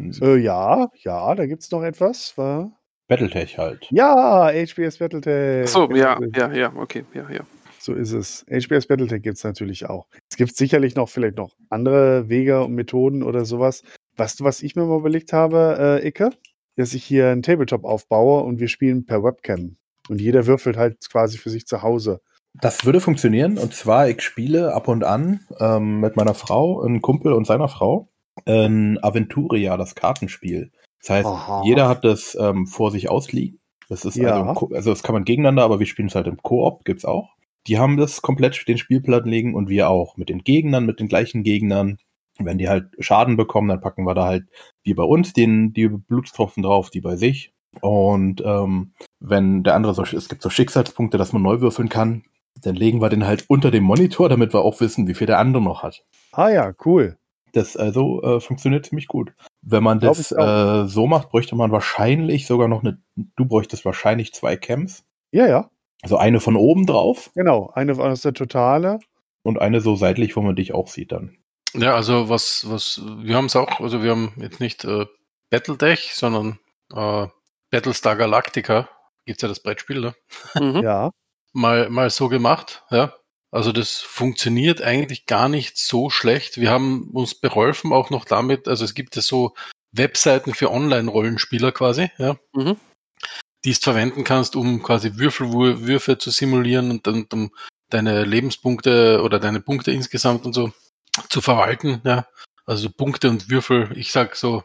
Ja, da gibt's noch etwas. Battletech halt. Ja, HBS Battletech. Achso, ja, okay, ja. So ist es. HBS Battletech gibt's natürlich auch. Es gibt sicherlich vielleicht noch andere Wege und Methoden oder sowas. Weißt du, was ich mir mal überlegt habe, Icke? Dass ich hier einen Tabletop aufbaue und wir spielen per Webcam. Und jeder würfelt halt quasi für sich zu Hause. Das würde funktionieren. Und zwar, ich spiele ab und an mit meiner Frau, einem Kumpel und seiner Frau, Aventuria, das Kartenspiel. Das heißt, jeder hat das vor sich ausliegen. Das ist also das kann man gegeneinander, aber wir spielen es halt im Koop, gibt's auch. Die haben das komplett den Spielplan liegen und wir auch. Mit den Gegnern, mit den gleichen Gegnern. Wenn die halt Schaden bekommen, dann packen wir da halt wie bei uns die Blutstropfen drauf, die bei sich. Und wenn der andere es gibt so Schicksalspunkte, dass man neu würfeln kann, dann legen wir den halt unter dem Monitor, damit wir auch wissen, wie viel der andere noch hat. Ah ja, cool. Das also funktioniert ziemlich gut. Wenn man das so macht, bräuchte man wahrscheinlich sogar noch du bräuchtest wahrscheinlich 2 Cams. Ja. Also eine von oben drauf. Genau, eine aus der Totale. Und eine so seitlich, wo man dich auch sieht dann. Ja, also wir haben es auch, also wir haben jetzt nicht Battletech, sondern Battlestar Galactica, gibt's ja das Brettspiel, ne? Mhm. Ja. Mal so gemacht, ja. Also das funktioniert eigentlich gar nicht so schlecht. Wir haben uns beholfen auch noch damit, also es gibt ja so Webseiten für Online-Rollenspieler quasi, ja. Mhm. Die du verwenden kannst, um quasi Würfe zu simulieren und dann um deine Lebenspunkte oder deine Punkte insgesamt und so zu verwalten, ja. Also Punkte und Würfel, ich sag so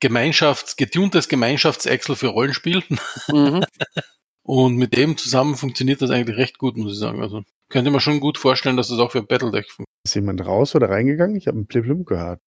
getuntes Gemeinschafts-Excel für Rollenspiel. Mhm. Und mit dem zusammen funktioniert das eigentlich recht gut, muss ich sagen. Also könnte man schon gut vorstellen, dass das auch für Battletech funktioniert. Ist jemand raus oder reingegangen? Ich habe einen Pliplum gehört.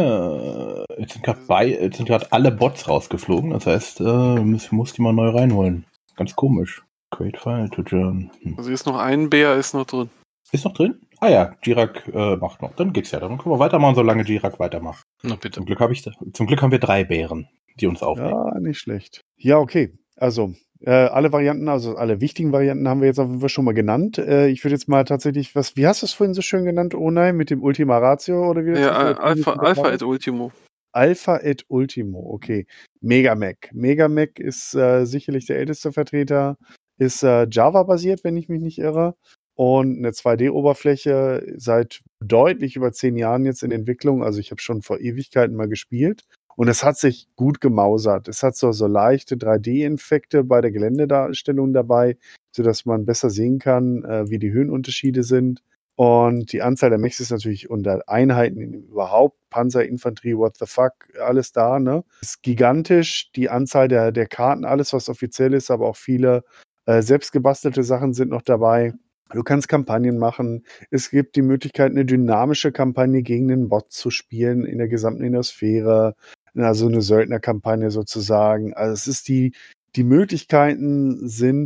Jetzt sind gerade alle Bots rausgeflogen. Das heißt, ich muss die mal neu reinholen. Ganz komisch. Create File to Join. Also hier ist noch ein Bär, ist noch drin. Ist noch drin? Ah ja, Jirak macht noch. Dann geht's ja. Dann können wir weitermachen, solange Jirak weitermacht. Na bitte. Zum Glück haben wir 3 Bären, die uns aufnehmen. Ja, nicht schlecht. Ja, okay. Also, alle Varianten, also alle wichtigen Varianten haben wir jetzt auf jeden Fall schon mal genannt. Ich würde jetzt mal tatsächlich, wie hast du es vorhin so schön genannt, Onai, mit dem Ultima Ratio oder wie? Ja, Alpha et Ultimo. Alpha et Ultimo, okay. Megamech. Megamech ist sicherlich der älteste Vertreter, ist Java-basiert, wenn ich mich nicht irre. Und eine 2D-Oberfläche seit deutlich über 10 Jahren jetzt in Entwicklung. Also ich habe schon vor Ewigkeiten mal gespielt. Und es hat sich gut gemausert. Es hat so leichte 3D-Infekte bei der Geländedarstellung dabei, sodass man besser sehen kann, wie die Höhenunterschiede sind. Und die Anzahl der Mechs ist natürlich unter Einheiten überhaupt, Panzer, Infanterie, what the fuck, alles da, ne? Ist gigantisch, die Anzahl der Karten, alles was offiziell ist, aber auch viele selbstgebastelte Sachen sind noch dabei. Du kannst Kampagnen machen. Es gibt die Möglichkeit, eine dynamische Kampagne gegen den Bot zu spielen in der gesamten Innersphäre. Also eine Söldnerkampagne sozusagen. Also es ist die Möglichkeiten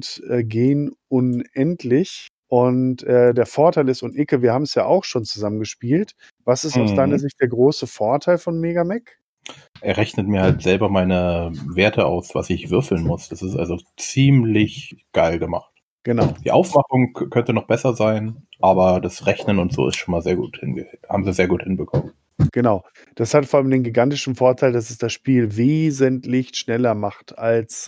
gehen unendlich. Und der Vorteil ist, und Icke, wir haben es ja auch schon zusammen gespielt. Was ist aus deiner Sicht der große Vorteil von Megamech? Er rechnet mir halt selber meine Werte aus, was ich würfeln muss. Das ist also ziemlich geil gemacht. Genau. Die Aufmachung könnte noch besser sein, aber das Rechnen und so ist schon mal sehr gut haben sie sehr gut hinbekommen. Genau. Das hat vor allem den gigantischen Vorteil, dass es das Spiel wesentlich schneller macht als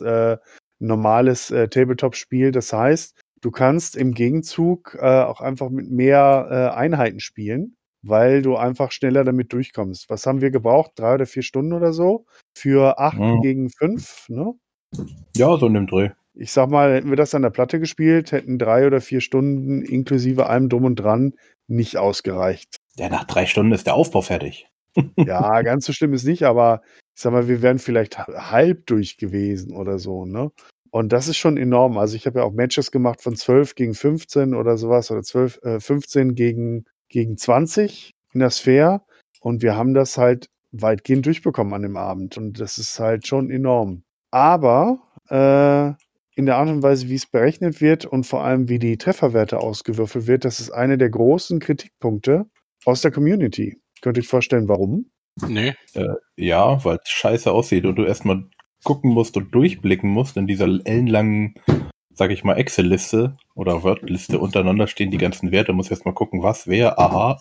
normales Tabletop-Spiel. Das heißt, du kannst im Gegenzug auch einfach mit mehr Einheiten spielen, weil du einfach schneller damit durchkommst. Was haben wir gebraucht? 3 oder 4 Stunden oder so? Für 8 gegen 5, ne? Ja, so in dem Dreh. Ich sag mal, hätten wir das an der Platte gespielt, hätten 3 oder 4 Stunden inklusive allem Drum und Dran nicht ausgereicht. Ja, nach 3 Stunden ist der Aufbau fertig. Ja, ganz so schlimm ist nicht, aber ich sag mal, wir wären vielleicht halb durch gewesen oder so, ne? Und das ist schon enorm. Also ich habe ja auch Matches gemacht von 12 gegen 15 oder sowas oder 15 gegen 20 in der Sphere. Und wir haben das halt weitgehend durchbekommen an dem Abend. Und das ist halt schon enorm. Aber in der Art und Weise, wie es berechnet wird und vor allem, wie die Trefferwerte ausgewürfelt wird, das ist eine der großen Kritikpunkte aus der Community. Könnt ihr euch vorstellen, warum? Nee. Ja, weil es scheiße aussieht und du erstmal gucken musst und durchblicken musst in dieser ellenlangen, sag ich mal, Excel-Liste oder Word-Liste untereinander stehen die ganzen Werte. Du musst erstmal gucken, was, wer, aha,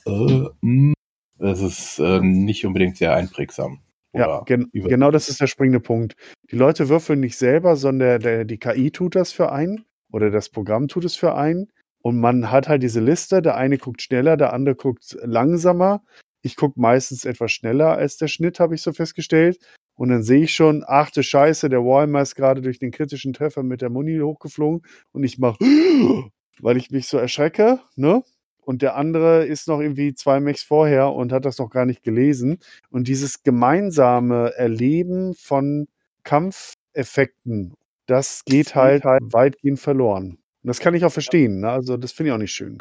Das ist nicht unbedingt sehr einprägsam. Ja, genau das ist der springende Punkt. Die Leute würfeln nicht selber, sondern die KI tut das für einen oder das Programm tut es für einen. Und man hat halt diese Liste, der eine guckt schneller, der andere guckt langsamer. Ich gucke meistens etwas schneller als der Schnitt, habe ich so festgestellt. Und dann sehe ich schon, ach du Scheiße, der Warhammer ist gerade durch den kritischen Treffer mit der Muni hochgeflogen und ich mache, weil ich mich so erschrecke, ne? Und der andere ist noch irgendwie 2 Mechs vorher und hat das noch gar nicht gelesen. Und dieses gemeinsame Erleben von Kampfeffekten, das geht halt weitgehend verloren. Und das kann ich auch verstehen. Ne? Also das finde ich auch nicht schön.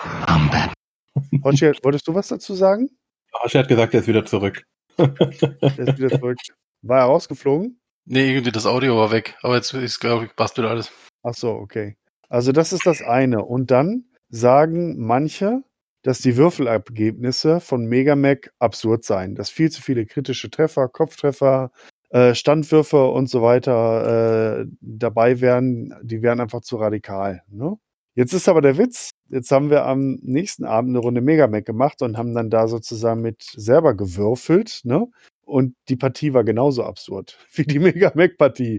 Hoshi, wolltest du was dazu sagen? Hoshi hat gesagt, er ist wieder zurück. Der ist wieder zurück. War er rausgeflogen? Nee, irgendwie das Audio war weg. Aber jetzt ist, glaube ich, passt wieder alles. Ach so, okay. Also das ist das eine. Und dann sagen manche, dass die Würfelergebnisse von Megamech absurd seien. Dass viel zu viele kritische Treffer, Kopftreffer, Standwürfe und so weiter dabei wären. Die wären einfach zu radikal. Ne? Jetzt ist aber der Witz. Jetzt haben wir am nächsten Abend eine Runde Megamech gemacht und haben dann da sozusagen mit selber gewürfelt. Ne? Und die Partie war genauso absurd wie die Megamech-Partie.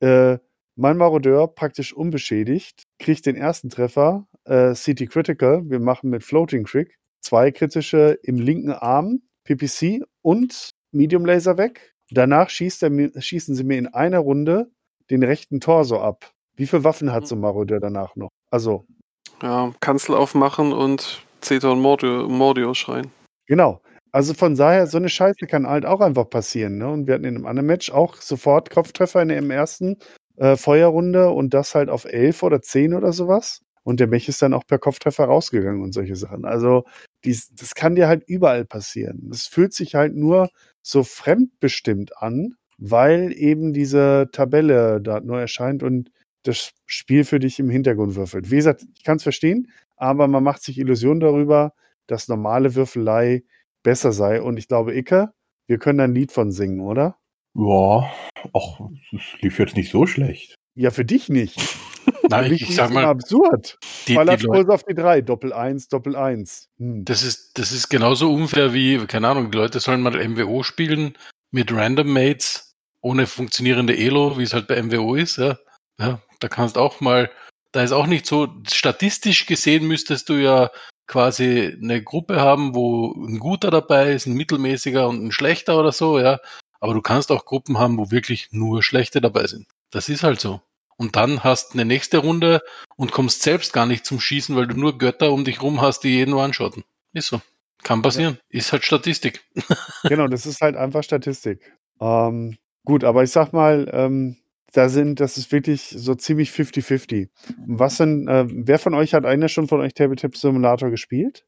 Mein Marodeur, praktisch unbeschädigt, kriegt den ersten Treffer, CT Critical. Wir machen mit Floating Trick 2 kritische im linken Arm, PPC und Medium Laser weg. Danach schießen sie mir in einer Runde den rechten Torso ab. Wie viele Waffen hat so ein Marodeur danach noch? Also. Ja, Kanzel aufmachen und Zetor und Mordio schreien. Genau. Also von daher, so eine Scheiße kann halt auch einfach passieren. Ne? Und wir hatten in einem anderen Match auch sofort Kopftreffer im ersten Feuerrunde und das halt auf 11 oder 10 oder sowas. Und der Mech ist dann auch per Kopftreffer rausgegangen und solche Sachen. Also das kann dir halt überall passieren. Es fühlt sich halt nur so fremdbestimmt an, weil eben diese Tabelle da nur erscheint und das Spiel für dich im Hintergrund würfelt. Wie gesagt, ich kann es verstehen, aber man macht sich Illusionen darüber, dass normale Würfelei besser sei. Und ich glaube, Icke, wir können da ein Lied von singen, oder? Ja, ach, das lief jetzt nicht so schlecht. Ja, für dich nicht. Nein, ich sag mal, absurd. die Ballerkurs auf die 3, Doppel 1, Doppel 1. Das ist genauso unfair wie, keine Ahnung, die Leute sollen mal MWO spielen mit Random Mates ohne funktionierende Elo, wie es halt bei MWO ist. Ja, da kannst auch mal, da ist auch nicht so, statistisch gesehen müsstest du ja quasi eine Gruppe haben, wo ein guter dabei ist, ein mittelmäßiger und ein schlechter oder so, ja. Aber du kannst auch Gruppen haben, wo wirklich nur Schlechte dabei sind. Das ist halt so. Und dann hast eine nächste Runde und kommst selbst gar nicht zum Schießen, weil du nur Götter um dich rum hast, die jeden one-shotten. Ist so. Kann passieren. Ja. Ist halt Statistik. Genau, das ist halt einfach Statistik. Gut, aber ich sag mal, das ist wirklich so ziemlich 50-50. Was denn, wer von euch hat einer schon von euch Tabletop Simulator gespielt?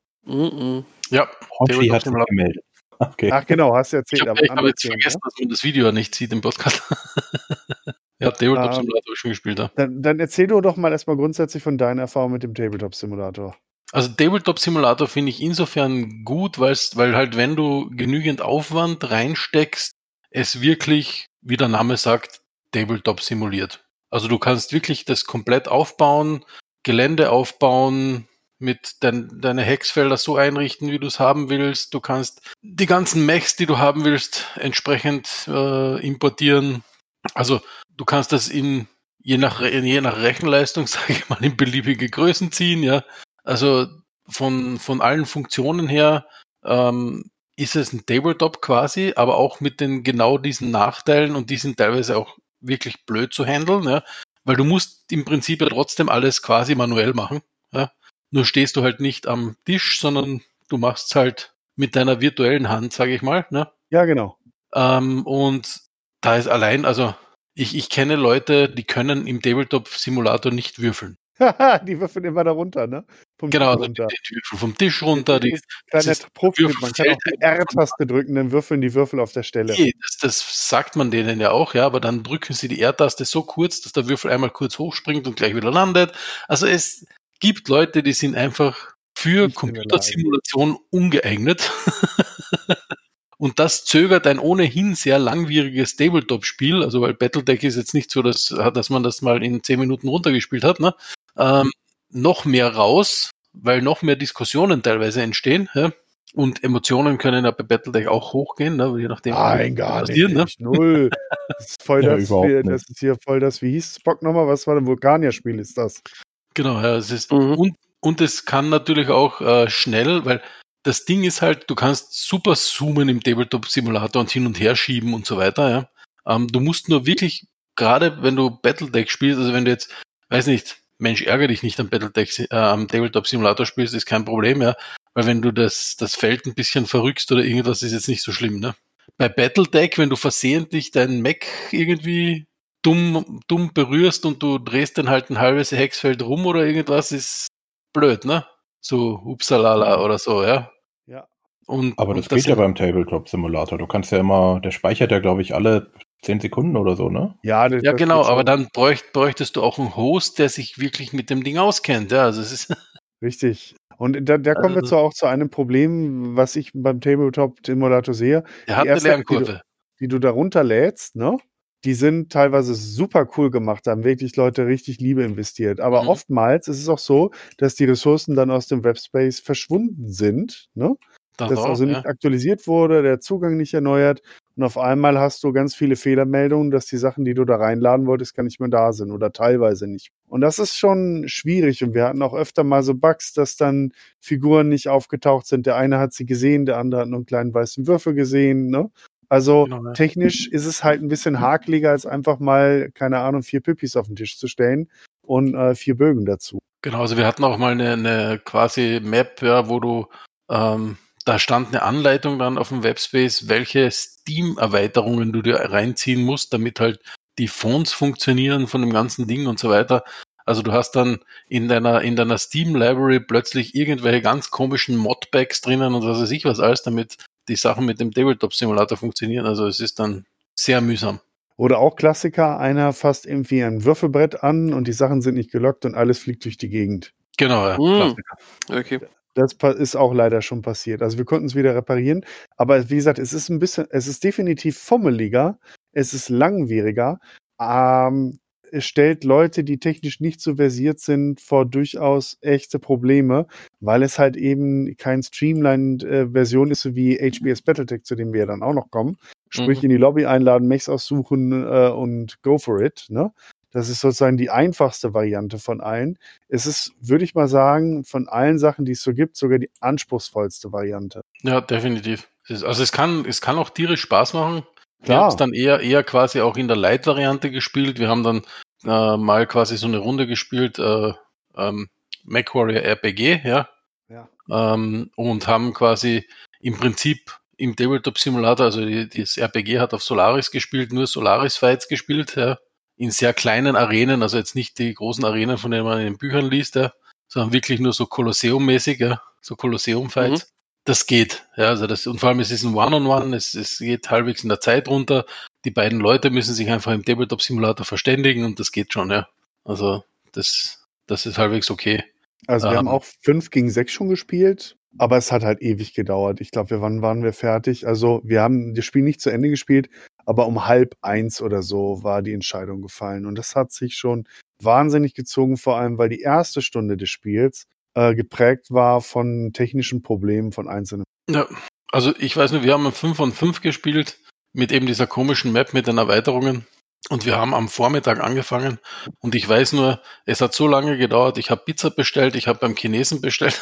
Ja. Hoshi hat sich gemeldet. Okay. Ach genau, hast du erzählt. Ich habe jetzt vergessen, dass man das Video nicht sieht im Podcast. Ja, Tabletop Simulator habe ich schon gespielt. Ja. Dann erzähl doch mal erstmal grundsätzlich von deiner Erfahrung mit dem Tabletop Simulator. Also Tabletop Simulator finde ich insofern gut, weil halt, wenn du genügend Aufwand reinsteckst, es wirklich, wie der Name sagt, Tabletop simuliert. Also du kannst wirklich das komplett aufbauen, Gelände aufbauen, mit deine Hexfelder so einrichten, wie du es haben willst. Du kannst die ganzen Mechs, die du haben willst, entsprechend importieren. Also du kannst das je nach Rechenleistung, sage ich mal, in beliebige Größen ziehen. Ja, also von allen Funktionen her ist es ein Tabletop quasi, aber auch mit genau diesen Nachteilen und die sind teilweise auch wirklich blöd zu handeln, ja, weil du musst im Prinzip ja trotzdem alles quasi manuell machen. Ja. Nur stehst du halt nicht am Tisch, sondern du machst es halt mit deiner virtuellen Hand, sage ich mal. Ne? Ja, genau. Und da ist allein, also ich kenne Leute, die können im Tabletop-Simulator nicht würfeln. Die würfeln immer da runter, ne? Vom Genau, Tisch also runter. die würfeln vom Tisch runter. Kleiner Profi-Tipp, man kann auch die R-Taste drücken, dann würfeln die Würfel auf der Stelle. Nee, das sagt man denen ja auch, ja, aber dann drücken sie die R-Taste so kurz, dass der Würfel einmal kurz hochspringt und gleich wieder landet. Also es gibt Leute, die sind einfach für Nicht in der Computersimulation ungeeignet. Und das zögert ein ohnehin sehr langwieriges Tabletop-Spiel, also weil Battletech ist jetzt nicht so, dass man das mal in 10 Minuten runtergespielt hat, ne? Noch mehr raus, weil noch mehr Diskussionen teilweise entstehen, ja? Und Emotionen können ja bei Battletech auch hochgehen, ne? Je nachdem. Nein, gar passiert, nicht. Null. Das ist voll Ja, das, überhaupt nicht. das ist hier voll das, wie hieß Spock nochmal? Was war ein Vulkanier-Spiel ist das? Genau, ja, es ist, und es kann natürlich auch schnell, weil das Ding ist halt, du kannst super zoomen im Tabletop-Simulator und hin und her schieben und so weiter, ja. Du musst nur wirklich, gerade wenn du Battletech spielst, also wenn du jetzt, weiß nicht, Mensch, ärgere dich nicht am am Tabletop-Simulator spielst, ist kein Problem, ja. Weil wenn du das Feld ein bisschen verrückst oder irgendwas, ist jetzt nicht so schlimm, ne. Bei Battletech, wenn du versehentlich deinen Mac irgendwie dumm berührst und du drehst dann halt ein halbes Hexfeld rum oder irgendwas, ist blöd, ne? So Upsalala oder so, ja. Ja. Aber das geht ja beim Tabletop-Simulator. Du kannst ja immer, der speichert ja, glaube ich, alle 10 Sekunden oder so, ne? Ja, ja, genau, aber dann bräuchtest du auch einen Host, der sich wirklich mit dem Ding auskennt, ja. Also es ist richtig. Und da kommen wir auch zu einem Problem, was ich beim Tabletop-Simulator sehe. Der hat eine Lernkurve. Die du da runterlädst, ne? Die sind teilweise super cool gemacht, da haben wirklich Leute richtig Liebe investiert. Aber oftmals ist es auch so, dass die Ressourcen dann aus dem Webspace verschwunden sind, ne? Das also nicht aktualisiert wurde, der Zugang nicht erneuert und auf einmal hast du ganz viele Fehlermeldungen, dass die Sachen, die du da reinladen wolltest, gar nicht mehr da sind oder teilweise nicht. Und das ist schon schwierig und wir hatten auch öfter mal so Bugs, dass dann Figuren nicht aufgetaucht sind. Der eine hat sie gesehen, der andere hat nur einen kleinen weißen Würfel gesehen, ne? Also technisch ist es halt ein bisschen hakeliger, als einfach mal, keine Ahnung, 4 Pippis auf den Tisch zu stellen und 4 Bögen dazu. Genau, also wir hatten auch mal eine quasi Map, ja, wo du da stand eine Anleitung dann auf dem Webspace, welche Steam-Erweiterungen du dir reinziehen musst, damit halt die Fonts funktionieren von dem ganzen Ding und so weiter. Also du hast dann in deiner Steam-Library plötzlich irgendwelche ganz komischen Modpacks drinnen und was weiß ich was alles, damit die Sachen mit dem Tabletop-Simulator funktionieren. Also es ist dann sehr mühsam. Oder auch Klassiker, einer fasst irgendwie ein Würfelbrett an und die Sachen sind nicht gelockt und alles fliegt durch die Gegend. Genau, ja. Klassiker. Okay. Das ist auch leider schon passiert. Also wir konnten es wieder reparieren. Aber wie gesagt, es ist definitiv fummeliger, es ist langwieriger. Es stellt Leute, die technisch nicht so versiert sind, vor durchaus echte Probleme, weil es halt eben kein Streamlined-Version ist, so wie HBS Battletech, zu dem wir ja dann auch noch kommen. Sprich, in die Lobby einladen, Mechs aussuchen und go for it, ne? Das ist sozusagen die einfachste Variante von allen. Es ist, würde ich mal sagen, von allen Sachen, die es so gibt, sogar die anspruchsvollste Variante. Ja, definitiv. Also es kann auch tierisch Spaß machen. Wir haben es dann eher quasi auch in der Light-Variante gespielt. Wir haben dann mal quasi so eine Runde gespielt, MechWarrior RPG, ja. Und haben quasi im Prinzip im Tabletop-Simulator, also das RPG hat auf Solaris gespielt, nur Solaris-Fights gespielt, ja. In sehr kleinen Arenen, also jetzt nicht die großen Arenen, von denen man in den Büchern liest, ja, sondern wirklich nur so Kolosseum-mäßig, ja, so Kolosseum-Fights. Das geht, ja, also und vor allem es ist ein One-on-One, es geht halbwegs in der Zeit runter. Die beiden Leute müssen sich einfach im Tabletop-Simulator verständigen und das geht schon, ja. Also das ist halbwegs okay. Also wir haben auch 5 gegen 6 schon gespielt, aber es hat halt ewig gedauert. Ich glaube, wann waren wir fertig? Also wir haben das Spiel nicht zu Ende gespielt, aber um 12:30 oder so war die Entscheidung gefallen. Und das hat sich schon wahnsinnig gezogen, vor allem, weil die erste Stunde des Spiels geprägt war von technischen Problemen von Einzelnen. Ja, also ich weiß nicht, wir haben 5 von 5 gespielt mit eben dieser komischen Map mit den Erweiterungen. Und wir haben am Vormittag angefangen und ich weiß nur, es hat so lange gedauert, ich habe Pizza bestellt, ich habe beim Chinesen bestellt.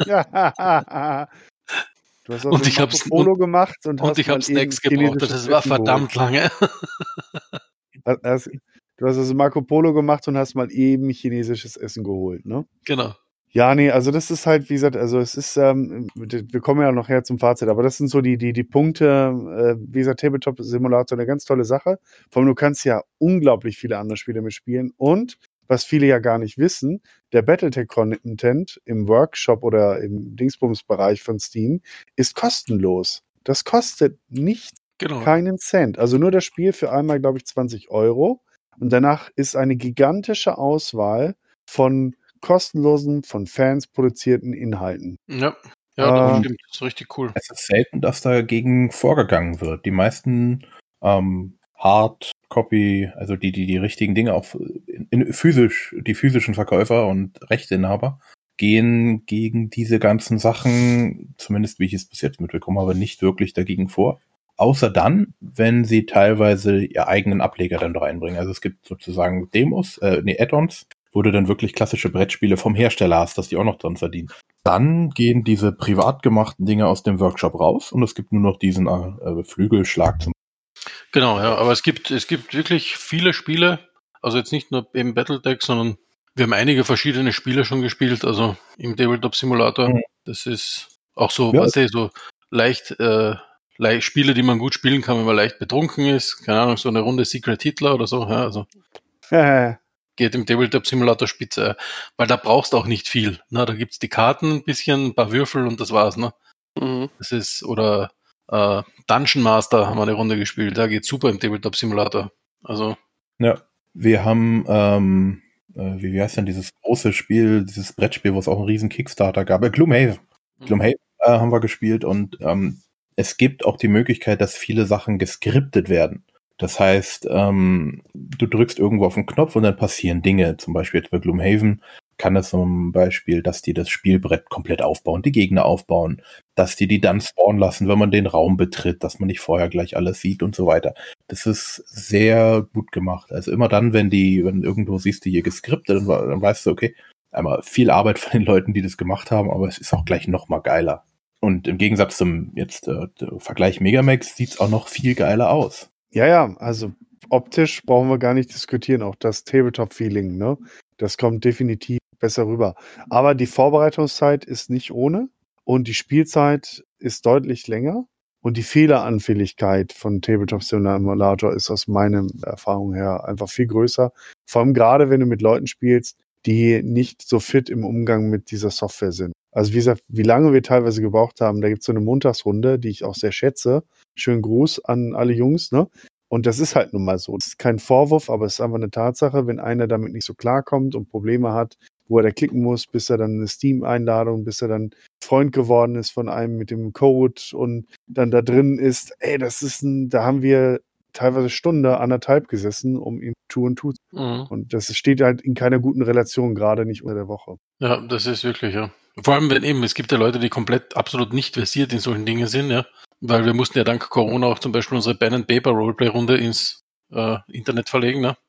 Du hast also Marco Polo gemacht und ich habe Snacks gebraucht, das war verdammt lange. Du hast also Marco Polo gemacht und hast mal eben chinesisches Essen geholt, ne? Genau. Ja, nee, also das ist halt, wie gesagt, also es ist, wir kommen ja noch her zum Fazit, aber das sind so die Punkte, wie gesagt, Tabletop-Simulator, eine ganz tolle Sache. Vor allem, du kannst ja unglaublich viele andere Spiele mitspielen und, was viele ja gar nicht wissen, der Battletech-Content im Workshop oder im Dingsbums-Bereich von Steam ist kostenlos. Das kostet nichts, Genau. keinen Cent. Also nur das Spiel für einmal, glaube ich, 20 Euro und danach ist eine gigantische Auswahl von kostenlosen, von Fans produzierten Inhalten. Ja, das Ähm, stimmt. Das ist richtig cool. Es ist selten, dass dagegen vorgegangen wird. Die meisten Hardcopy, also die richtigen Dinge auch physisch, die physischen Verkäufer und Rechteinhaber, gehen gegen diese ganzen Sachen, zumindest wie ich es bis jetzt mitbekommen habe, nicht wirklich dagegen vor. Außer dann, wenn sie teilweise ihr eigenen Ableger dann reinbringen. Also es gibt sozusagen Demos, Add-ons, wo du dann wirklich klassische Brettspiele vom Hersteller hast, dass die auch noch dran verdienen. Dann gehen diese privat gemachten Dinge aus dem Workshop raus und es gibt nur noch diesen Flügelschlag zum Genau, ja, aber es gibt wirklich viele Spiele, also jetzt nicht nur eben Battletech, sondern wir haben einige verschiedene Spiele schon gespielt, also im Tabletop Simulator. Mhm. Das ist auch so, Ja. so leicht, Spiele, die man gut spielen kann, wenn man leicht betrunken ist. Keine Ahnung, so eine Runde Secret Hitler oder so, ja, also geht im Tabletop Simulator spitze, weil da brauchst du auch nicht viel. Ne? Da gibt's die Karten ein bisschen, ein paar Würfel und das war's. Ne? Mhm. Das ist, oder Dungeon Master haben wir eine Runde gespielt, da geht's super im Tabletop Simulator. Also. Ja, wir haben, wie heißt denn dieses große Spiel, dieses Brettspiel, wo es auch einen riesen Kickstarter gab, Gloomhaven. Gloomhaven haben wir gespielt und es gibt auch die Möglichkeit, dass viele Sachen geskriptet werden. Das heißt, du drückst irgendwo auf den Knopf und dann passieren Dinge. Zum Beispiel jetzt bei Gloomhaven kann es zum Beispiel, dass die das Spielbrett komplett aufbauen, die Gegner aufbauen, dass die dann spawnen lassen, wenn man den Raum betritt, dass man nicht vorher gleich alles sieht und so weiter. Das ist sehr gut gemacht. Also immer dann, wenn irgendwo siehst du hier geskriptet, dann weißt du, okay, einmal viel Arbeit von den Leuten, die das gemacht haben, aber es ist auch gleich noch mal geiler. Und im Gegensatz zum Vergleich Megamax sieht's auch noch viel geiler aus. Ja, also optisch brauchen wir gar nicht diskutieren, auch das Tabletop-Feeling, ne? Das kommt definitiv besser rüber. Aber die Vorbereitungszeit ist nicht ohne und die Spielzeit ist deutlich länger und die Fehleranfälligkeit von Tabletop Simulator ist aus meiner Erfahrung her einfach viel größer. Vor allem gerade, wenn du mit Leuten spielst, die nicht so fit im Umgang mit dieser Software sind. Also wie gesagt, wie lange wir teilweise gebraucht haben, da gibt es so eine Montagsrunde, die ich auch sehr schätze. Schönen Gruß an alle Jungs, ne? Und das ist halt nun mal so. Das ist kein Vorwurf, aber es ist einfach eine Tatsache, wenn einer damit nicht so klarkommt und Probleme hat, wo er da klicken muss, bis er dann eine Steam-Einladung, bis er dann Freund geworden ist von einem mit dem Code und dann da drin ist, da haben wir teilweise Stunde, 1,5 gesessen, um ihm tun. Mhm. Und das steht halt in keiner guten Relation, gerade nicht unter der Woche. Ja, das ist wirklich, ja. Vor allem, es gibt ja Leute, die komplett absolut nicht versiert in solchen Dingen sind, ja. Weil wir mussten ja dank Corona auch zum Beispiel unsere Pen and Paper Roleplay-Runde ins Internet verlegen, ne?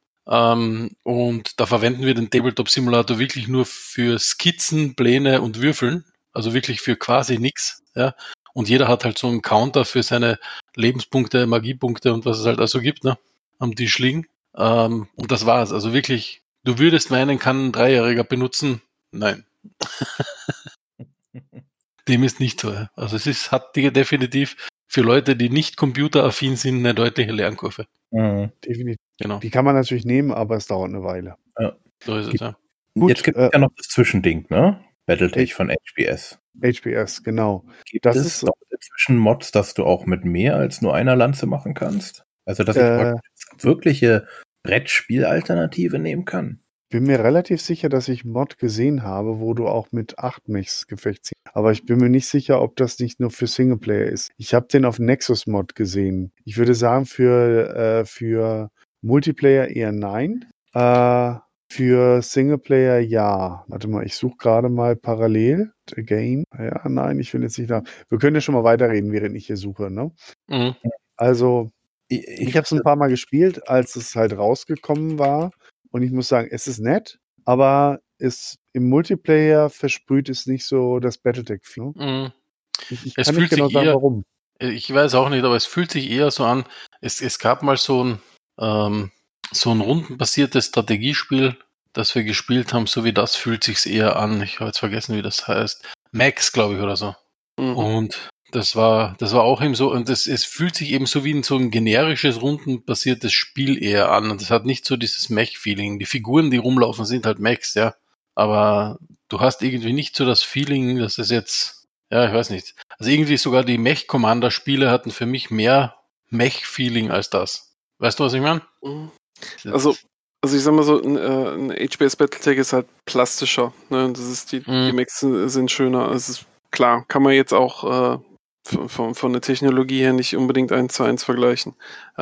Und da verwenden wir den Tabletop Simulator wirklich nur für Skizzen, Pläne und Würfeln. Also wirklich für quasi nix, ja. Und jeder hat halt so einen Counter für seine Lebenspunkte, Magiepunkte und was es halt also gibt, ne? Am Tisch liegen. Und das war's. Also wirklich, du würdest meinen, kann ein Dreijähriger benutzen. Nein. Dem ist nicht so. Ja. Also hat definitiv für Leute, die nicht computeraffin sind, eine deutliche Lernkurve. Mhm. Definitiv. Genau. Die kann man natürlich nehmen, aber es dauert eine Weile. Ja. So ist es, ja. Gut, Jetzt gibt es ja noch das Zwischending, ne? Battletech von HBS. HBS, genau. Gibt Das es ist dort inzwischen Mods, dass du auch mit mehr als nur einer Lanze machen kannst? Also, dass ich wirkliche Brettspielalternative nehmen kann? Bin mir relativ sicher, dass ich einen Mod gesehen habe, wo du auch mit 8 Mechs Gefecht ziehst. Aber ich bin mir nicht sicher, ob das nicht nur für Singleplayer ist. Ich habe den auf Nexus Mod gesehen. Ich würde sagen, für Multiplayer eher nein. Für Singleplayer ja. Warte mal, ich suche gerade mal parallel. Again. Ja, nein, ich will jetzt nicht da. Wir können ja schon mal weiterreden, während ich hier suche, ne? Mhm. Also, ich habe es ein paar Mal gespielt, als es halt rausgekommen war. Und ich muss sagen, es ist nett, aber im Multiplayer versprüht es nicht so das Battletech-Feel. Mhm. Ich Es kann fühlt nicht genau sich sagen, eher- warum. Ich weiß auch nicht, aber es fühlt sich eher so an, es gab mal so ein rundenbasiertes Strategiespiel, das wir gespielt haben, so wie das fühlt sich's eher an. Ich habe jetzt vergessen, wie das heißt. Max, glaube ich, oder so. Und das war auch eben so, und es fühlt sich eben so wie in so ein generisches, rundenbasiertes Spiel eher an. Und es hat nicht so dieses Mech-Feeling. Die Figuren, die rumlaufen, sind halt Mechs, ja. Aber du hast irgendwie nicht so das Feeling, dass es jetzt, ja, ich weiß nicht. Also irgendwie sogar die Mech-Commander-Spiele hatten für mich mehr Mech-Feeling als das. Weißt du, was ich meine? Also ich sag mal so, ein HBS Battletech ist halt plastischer. Ne? Das ist die Mechs sind schöner. Es ist klar, kann man jetzt auch von der Technologie her nicht unbedingt 1:1 vergleichen.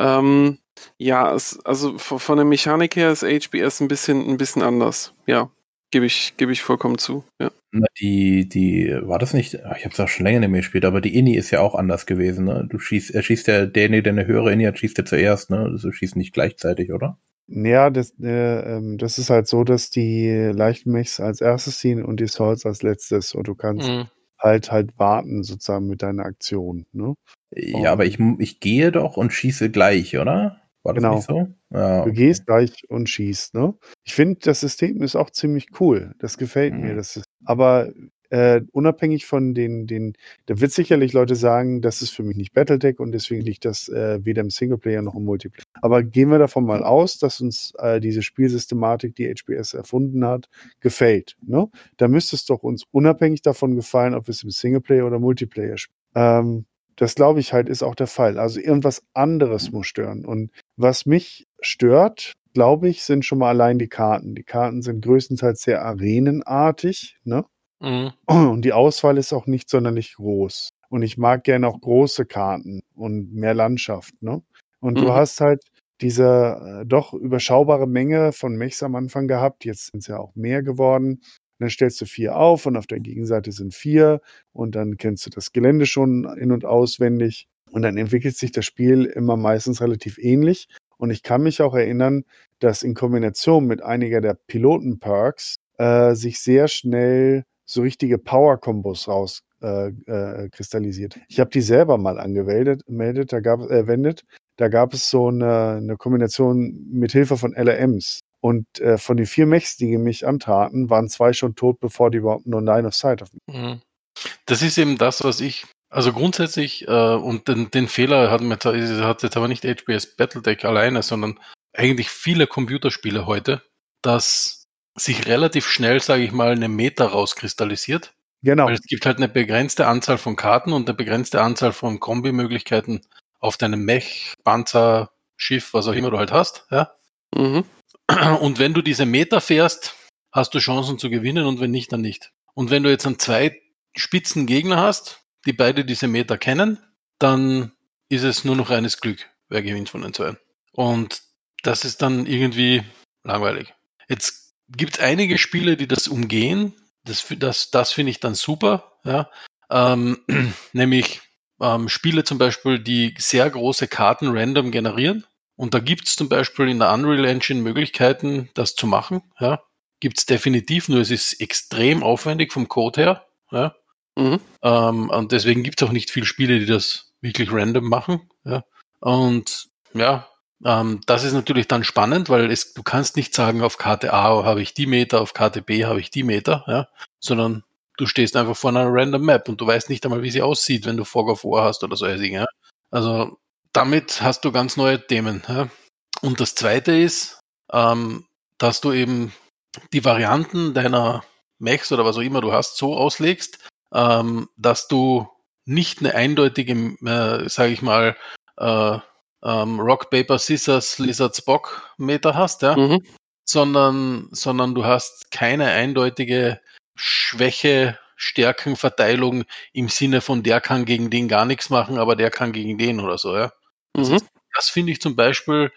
Also von der Mechanik her ist HBS ein bisschen anders. Ja, gebe ich vollkommen zu. Ja. Na, die war das nicht, ich habe es auch schon länger nicht mehr gespielt, aber die Inni ist ja auch anders gewesen, ne? Er schießt ja, derjenige, der eine höhere Inni hat, schießt ja zuerst, ne? Du schießt nicht gleichzeitig, oder? Ja, das ist halt so, dass die leichten Mechs als erstes ziehen und die Swords als letztes. Und du kannst halt warten sozusagen mit deiner Aktion. Ne? Ja, aber ich gehe doch und schieße gleich, oder? War das nicht so? Ja, Du gehst gleich und schießt. Ne? Ich finde, das System ist auch ziemlich cool. Das gefällt mir. Aber unabhängig von da wird sicherlich Leute sagen, das ist für mich nicht Battletech und deswegen liegt das weder im Singleplayer noch im Multiplayer. Aber gehen wir davon mal aus, dass uns diese Spielsystematik, die HBS erfunden hat, gefällt. Ne? Da müsste es doch uns unabhängig davon gefallen, ob wir es im Singleplayer oder Multiplayer spielen. Das glaube ich halt ist auch der Fall. Also irgendwas anderes muss stören. Und was mich stört, glaube ich, sind schon mal allein die Karten. Die Karten sind größtenteils sehr arenenartig, ne? Und die Auswahl ist auch nicht sonderlich groß. Und ich mag gerne auch große Karten und mehr Landschaft, ne? Und du hast halt diese doch überschaubare Menge von Mechs am Anfang gehabt. Jetzt sind es ja auch mehr geworden. Und dann stellst du 4 auf und auf der Gegenseite sind 4 und dann kennst du das Gelände schon in- und auswendig. Und dann entwickelt sich das Spiel immer meistens relativ ähnlich. Und ich kann mich auch erinnern, dass in Kombination mit einiger der Piloten-Perks sich sehr schnell so richtige Power-Kombos raus kristallisiert. Ich habe die selber mal angewendet. Da gab es so eine Kombination mit Hilfe von LRMs. Und von den 4 Mechs, die mich antraten, waren 2 schon tot, bevor die überhaupt nur Line of Sight auf mich. Das ist eben das, was ich, also grundsätzlich, und den Fehler hat jetzt aber nicht HBS Battletech alleine, sondern eigentlich viele Computerspiele heute, dass sich relativ schnell, sage ich mal, eine Meta rauskristallisiert. Genau. Weil es gibt halt eine begrenzte Anzahl von Karten und eine begrenzte Anzahl von Kombimöglichkeiten auf deinem Mech, Panzer, Schiff, was auch immer du halt hast. Ja? Und wenn du diese Meta fährst, hast du Chancen zu gewinnen und wenn nicht, dann nicht. Und wenn du jetzt dann 2 spitzen Gegner hast, die beide diese Meta kennen, dann ist es nur noch reines Glück, wer gewinnt von den 2. Und das ist dann irgendwie langweilig. Jetzt gibt es einige Spiele, die das umgehen. Das finde ich dann super. Ja? Nämlich Spiele zum Beispiel, die sehr große Karten random generieren. Und da gibt es zum Beispiel in der Unreal Engine Möglichkeiten, das zu machen. Ja? Gibt es definitiv, nur es ist extrem aufwendig vom Code her. Ja? Und deswegen gibt es auch nicht viele Spiele, die das wirklich random machen. Ja? Und ja, das ist natürlich dann spannend, weil du kannst nicht sagen, auf Karte A habe ich die Meter, auf Karte B habe ich die Meter, ja? Sondern du stehst einfach vor einer random Map und du weißt nicht einmal, wie sie aussieht, wenn du Fog of War hast oder solche Dinge. Ja? Also damit hast du ganz neue Themen. Ja? Und das Zweite ist, dass du eben die Varianten deiner Mechs oder was auch immer du hast, so auslegst, dass du nicht eine eindeutige, sage ich mal, Rock, Paper, Scissors, Lizard, Spock Meter hast, ja? Sondern du hast keine eindeutige Schwäche-Stärken-Verteilung im Sinne von der kann gegen den gar nichts machen, aber der kann gegen den oder so, ja. Das finde ich zum Beispiel,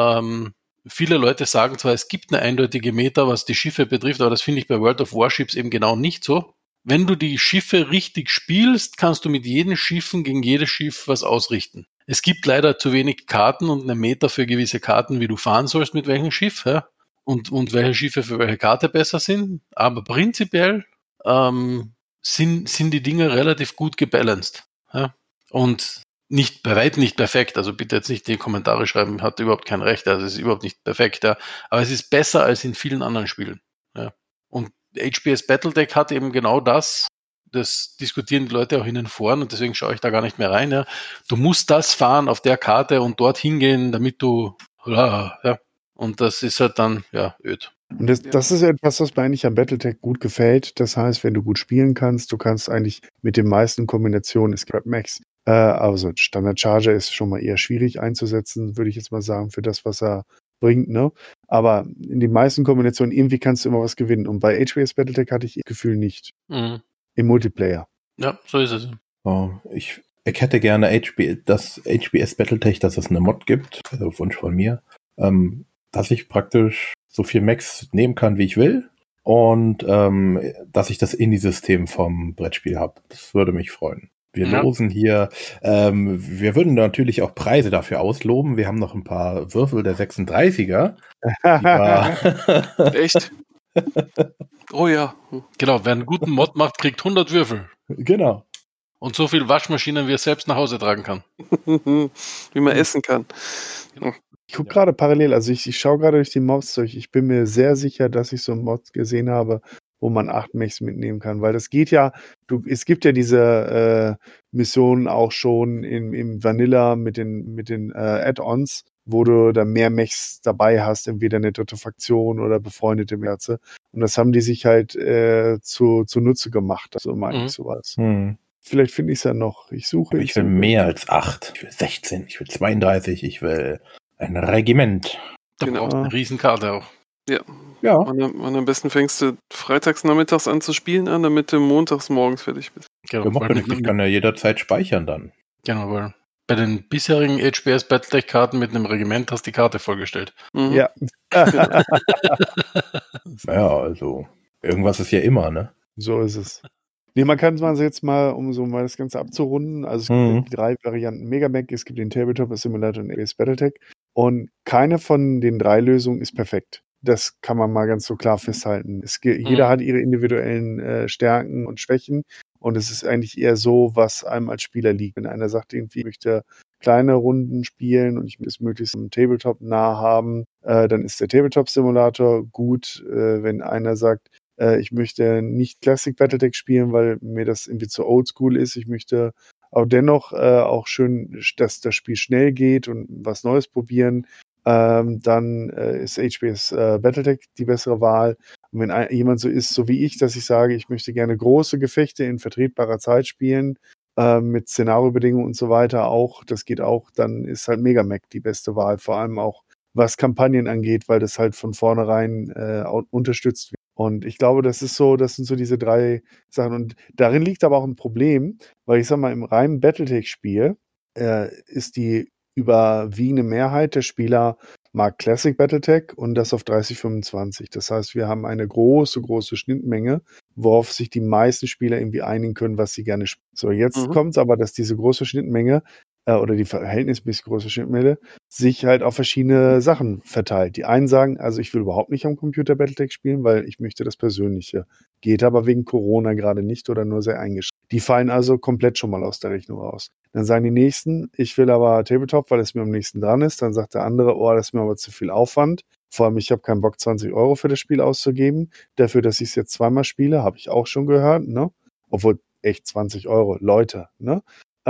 viele Leute sagen zwar, es gibt eine eindeutige Meta, was die Schiffe betrifft, aber das finde ich bei World of Warships eben genau nicht so. Wenn du die Schiffe richtig spielst, kannst du mit jedem Schiffen gegen jedes Schiff was ausrichten. Es gibt leider zu wenig Karten und eine Meta für gewisse Karten, wie du fahren sollst mit welchem Schiff, ja? Und welche Schiffe für welche Karte besser sind. Aber prinzipiell sind die Dinge relativ gut gebalanced. Ja? Und nicht bei weitem nicht perfekt, also bitte jetzt nicht in die Kommentare schreiben, hat überhaupt kein Recht, also es ist überhaupt nicht perfekt, ja. Aber es ist besser als in vielen anderen Spielen. Ja. Und HBS Battletech hat eben genau das diskutieren die Leute auch in den Foren und deswegen schaue ich da gar nicht mehr rein. Ja. Du musst das fahren auf der Karte und dort hingehen, damit du, ja. Und das ist halt dann, ja, öd. Und das ist etwas, was mir eigentlich am Battletech gut gefällt. Das heißt, wenn du gut spielen kannst, du kannst eigentlich mit den meisten Kombinationen, es gibt Max, also Standard Charger ist schon mal eher schwierig einzusetzen, würde ich jetzt mal sagen, für das, was er bringt, ne? Aber in den meisten Kombinationen irgendwie kannst du immer was gewinnen. Und bei HBS Battletech hatte ich das Gefühl nicht. Mhm. Im Multiplayer. Ja, so ist es. Oh, ich hätte gerne das HBS Battletech, dass es eine Mod gibt, also Wunsch von mir, dass ich praktisch so viel Max nehmen kann, wie ich will und dass ich das Indie-System vom Brettspiel habe. Das würde mich freuen. Wir losen hier, wir würden natürlich auch Preise dafür ausloben. Wir haben noch ein paar Würfel der 36er. Echt? Oh ja. Genau, wer einen guten Mod macht, kriegt 100 Würfel. Genau. Und so viel Waschmaschinen, wie er selbst nach Hause tragen kann. Wie man essen kann. Ich gucke gerade parallel, also ich schaue gerade durch die Mods durch. Ich bin mir sehr sicher, dass ich so einen Mod gesehen habe, wo man 8 Mechs mitnehmen kann. Weil das geht ja, es gibt ja diese Missionen auch schon im Vanilla mit den Add-ons, wo du da mehr Mechs dabei hast, entweder eine dritte Fraktion oder befreundete Merze. Und das haben die sich halt zunutze gemacht. Also meine ich sowas. Vielleicht finde ich es ja noch. Ich will mehr als 8. Ich will 16, ich will 32, ich will ein Regiment. Da brauchst du eine Riesenkarte auch. Ja. Und am besten fängst du freitags nachmittags an zu spielen an, damit du montags morgens fertig bist. Genau, ich kann ja jederzeit speichern dann. Genau, weil bei den bisherigen HBS Battletech-Karten mit einem Regiment hast du die Karte vollgestellt. Mhm. Ja. Naja, also irgendwas ist ja immer, ne? So ist es. Nee, man kann es jetzt mal, um so mal das Ganze abzurunden, also es gibt die 3 Varianten Megamac, es gibt den Tabletop Simulator und HBS Battletech und keine von den 3 Lösungen ist perfekt. Das kann man mal ganz so klar festhalten. Jeder hat ihre individuellen Stärken und Schwächen und es ist eigentlich eher so, was einem als Spieler liegt. Wenn einer sagt, irgendwie, ich möchte kleine Runden spielen und ich möchte es möglichst im Tabletop nah haben, dann ist der Tabletop Simulator gut. Wenn einer sagt, ich möchte nicht Classic Battletech spielen, weil mir das irgendwie zu oldschool ist. Ich möchte aber dennoch auch schön, dass das Spiel schnell geht und was Neues probieren. Dann ist HBS Battletech die bessere Wahl. Und wenn jemand so ist, so wie ich, dass ich sage, ich möchte gerne große Gefechte in vertretbarer Zeit spielen, mit Szenariobedingungen und so weiter auch, das geht auch, dann ist halt Megamac die beste Wahl, vor allem auch was Kampagnen angeht, weil das halt von vornherein unterstützt wird. Und ich glaube, das sind so diese 3 Sachen. Und darin liegt aber auch ein Problem, weil ich sag mal, im reinen Battletech-Spiel ist die überwiegende Mehrheit der Spieler mag Classic Battletech und das auf 3025. Das heißt, wir haben eine große Schnittmenge, worauf sich die meisten Spieler irgendwie einigen können, was sie gerne spielen. So, jetzt kommt es aber, dass diese große Schnittmenge oder die verhältnismäßig große Schnittmenge sich halt auf verschiedene Sachen verteilt. Die einen sagen, also ich will überhaupt nicht am Computer Battletech spielen, weil ich möchte das Persönliche. Geht aber wegen Corona gerade nicht oder nur sehr eingeschränkt. Die fallen also komplett schon mal aus der Rechnung raus. Dann sagen die Nächsten, ich will aber Tabletop, weil es mir am nächsten dran ist. Dann sagt der andere, oh, das ist mir aber zu viel Aufwand. Vor allem, ich habe keinen Bock, 20 € für das Spiel auszugeben. Dafür, dass ich es jetzt zweimal spiele, habe ich auch schon gehört, ne? Obwohl, echt 20 €, Leute, ne?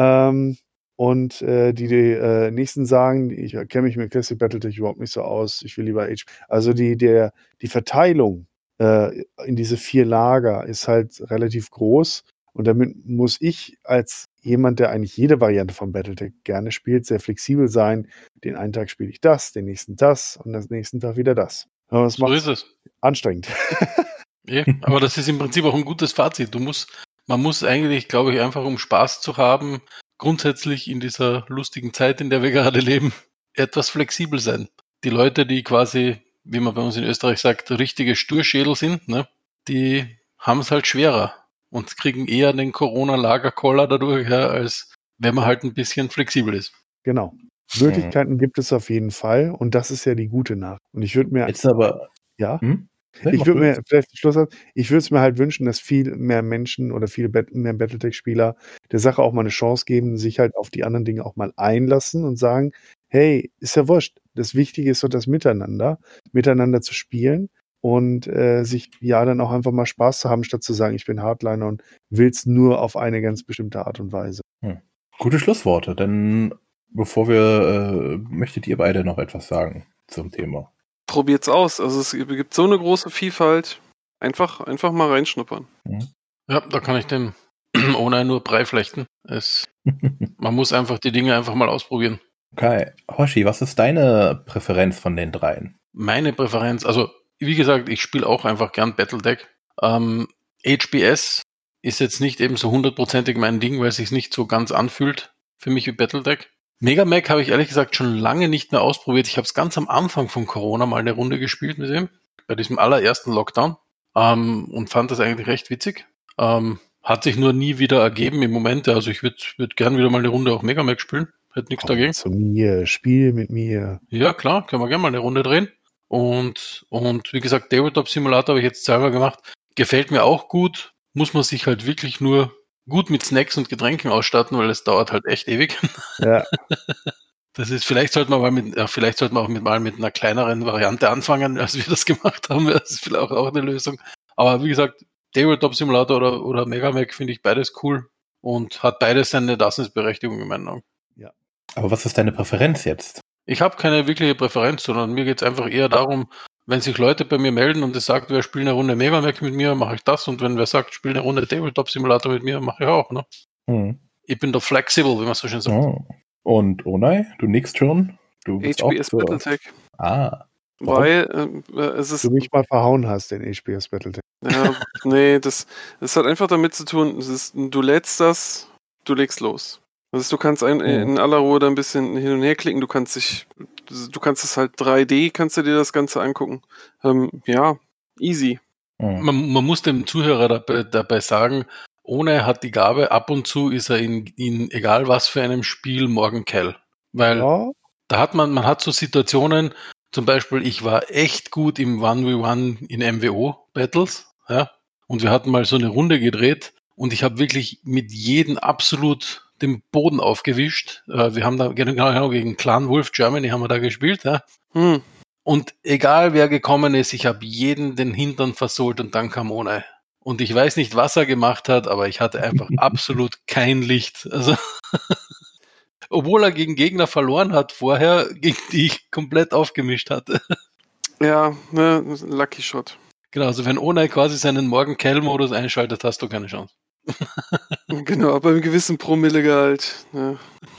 Und die Nächsten sagen, ich kenne mich mit Classic Battletech überhaupt nicht so aus, ich will lieber HP. Also die Verteilung in diese 4 Lager ist halt relativ groß. Und damit muss ich als jemand, der eigentlich jede Variante von Battletech gerne spielt, sehr flexibel sein. Den einen Tag spiele ich das, den nächsten das und den nächsten Tag wieder das. Aber das macht So ist es. Anstrengend. Ja, aber das ist im Prinzip auch ein gutes Fazit. Man muss eigentlich, glaube ich, einfach um Spaß zu haben, grundsätzlich in dieser lustigen Zeit, in der wir gerade leben, etwas flexibel sein. Die Leute, die quasi, wie man bei uns in Österreich sagt, richtige Sturschädel sind, ne, die haben es halt schwerer und kriegen eher den Corona-Lagerkoller dadurch, ja, als wenn man halt ein bisschen flexibel ist. Genau. Möglichkeiten gibt es auf jeden Fall und das ist ja die gute Nachricht. Und ich würde mir... Jetzt aber... Ja? Nee, Ich mach würde du mir, jetzt. vielleicht zum Schluss, ich würde es mir halt wünschen, dass viel mehr Menschen oder mehr Battletech-Spieler der Sache auch mal eine Chance geben, sich halt auf die anderen Dinge auch mal einlassen und sagen, hey, ist ja wurscht. Das Wichtige ist so das miteinander zu spielen und sich ja dann auch einfach mal Spaß zu haben, statt zu sagen, ich bin Hardliner und will es nur auf eine ganz bestimmte Art und Weise. Gute Schlussworte, denn bevor wir, möchtet ihr beide noch etwas sagen zum Thema? Probiert's aus. Also es gibt so eine große Vielfalt. Einfach mal reinschnuppern. Ja, da kann ich dem ohne nur Brei flechten. Man muss einfach die Dinge einfach mal ausprobieren. Okay. Hoshi, was ist deine Präferenz von den dreien? Meine Präferenz, also wie gesagt, ich spiele auch einfach gern Battletech. HBS ist jetzt nicht eben so 100%ig mein Ding, weil es sich nicht so ganz anfühlt für mich wie Battletech. Megamac habe ich ehrlich gesagt schon lange nicht mehr ausprobiert. Ich habe es ganz am Anfang von Corona mal eine Runde gespielt mit ihm, bei diesem allerersten Lockdown, und fand das eigentlich recht witzig. Hat sich nur nie wieder ergeben im Moment. Also ich würd gern wieder mal eine Runde auch Megamac spielen. Hätte nichts dagegen. Zu mir, spiel mit mir. Ja, klar, können wir gerne mal eine Runde drehen. Und wie gesagt, Tabletop Simulator habe ich jetzt selber gemacht. Gefällt mir auch gut. Muss man sich halt wirklich nur gut mit Snacks und Getränken ausstatten, weil es dauert halt echt ewig. Ja. Das ist, vielleicht sollte man auch mit einer kleineren Variante anfangen, als wir das gemacht haben. Das ist vielleicht auch eine Lösung. Aber wie gesagt, Tabletop Simulator oder Megamac finde ich beides cool und hat beides seine Daseinsberechtigung in meinen Augen. Aber was ist deine Präferenz jetzt? Ich habe keine wirkliche Präferenz, sondern mir geht es einfach eher darum, wenn sich Leute bei mir melden und es sagt, wer spielt eine Runde Megamac mit mir, mache ich das. Und wenn wer sagt, spiel eine Runde Tabletop Simulator mit mir, mache ich auch. Ne? Ich bin da flexibel, wie man so schön sagt. Oh. Und Onai, du nickst schon? Du bist HBS auch Battletech. Warum? Weil es ist. Du mich mal verhauen hast in HBS Battletech. Ja, nee, das hat einfach damit zu tun, du lädst das, du legst los. Also du kannst in aller Ruhe da ein bisschen hin und her klicken, du kannst es halt 3D, kannst du dir das Ganze angucken. Ja, easy. Man muss dem Zuhörer dabei sagen, Ohne hat die Gabe, ab und zu ist er in egal was für einem Spiel Morgenkerl. Weil da hat man hat so Situationen, zum Beispiel, ich war echt gut im 1v1 in MWO-Battles, ja, und wir hatten mal so eine Runde gedreht und ich habe wirklich mit jedem absolut den Boden aufgewischt. Wir haben da genau gegen Clan Wolf Germany haben wir da gespielt, ja. Und egal wer gekommen ist, ich habe jeden den Hintern versohlt und dann kam Onai. Und ich weiß nicht, was er gemacht hat, aber ich hatte einfach absolut kein Licht. Also obwohl er gegen Gegner verloren hat vorher, gegen die ich komplett aufgemischt hatte. Ja, ne, Lucky Shot. Genau, also wenn Onai quasi seinen Morgen-Kell-Modus einschaltet, hast du keine Chance. Genau, aber im gewissen Promillegehalt. Ja.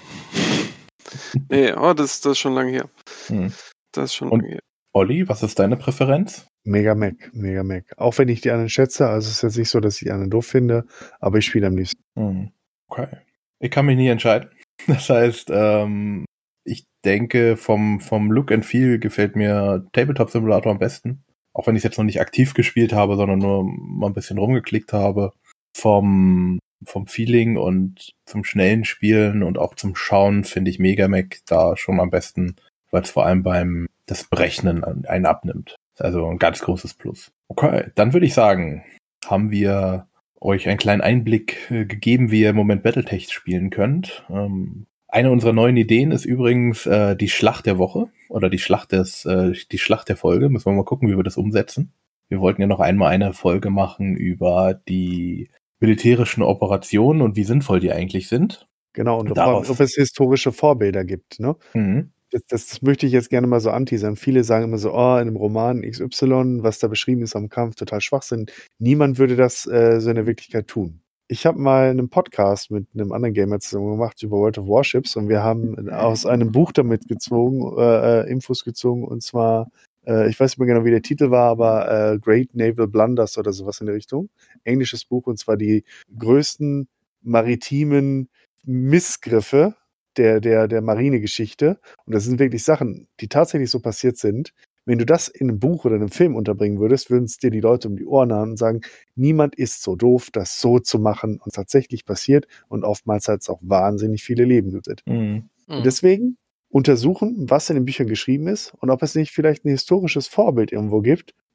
Nee, das ist schon lange her. Das ist schon lange her. Olli, was ist deine Präferenz? Megamac. Auch wenn ich die anderen schätze, also es ist jetzt nicht so, dass ich die anderen doof finde, aber ich spiele am liebsten. Okay. Ich kann mich nie entscheiden. Das heißt, ich denke, vom Look and Feel gefällt mir Tabletop Simulator am besten. Auch wenn ich es jetzt noch nicht aktiv gespielt habe, sondern nur mal ein bisschen rumgeklickt habe. Vom Feeling und zum schnellen Spielen und auch zum Schauen finde ich Megamac da schon am besten, weil es vor allem beim das Berechnen einen abnimmt. Also ein ganz großes Plus. Okay, dann würde ich sagen, haben wir euch einen kleinen Einblick gegeben, wie ihr im Moment Battletech spielen könnt. Eine unserer neuen Ideen ist übrigens die Schlacht der Woche oder die Schlacht der Folge. Müssen wir mal gucken, wie wir das umsetzen. Wir wollten ja noch einmal eine Folge machen über die militärischen Operationen und wie sinnvoll die eigentlich sind. Genau, und ob es historische Vorbilder gibt, ne? Das möchte ich jetzt gerne mal so anteasern. Viele sagen immer so, in einem Roman XY, was da beschrieben ist am Kampf, total Schwachsinn. Niemand würde das so in der Wirklichkeit tun. Ich habe mal einen Podcast mit einem anderen Gamer zusammen gemacht über World of Warships und wir haben aus einem Buch damit Infos gezogen, und zwar, ich weiß nicht mehr genau, wie der Titel war, aber Great Naval Blunders oder sowas in der Richtung. Englisches Buch, und zwar die größten maritimen Missgriffe der Marinegeschichte. Und das sind wirklich Sachen, die tatsächlich so passiert sind. Wenn du das in einem Buch oder einem Film unterbringen würdest, würden es dir die Leute um die Ohren hauen und sagen, niemand ist so doof, das so zu machen. Und tatsächlich passiert, und oftmals hat es auch wahnsinnig viele Leben gerettet. Und deswegen untersuchen, was in den Büchern geschrieben ist und ob es nicht vielleicht ein historisches Vorbild irgendwo gibt,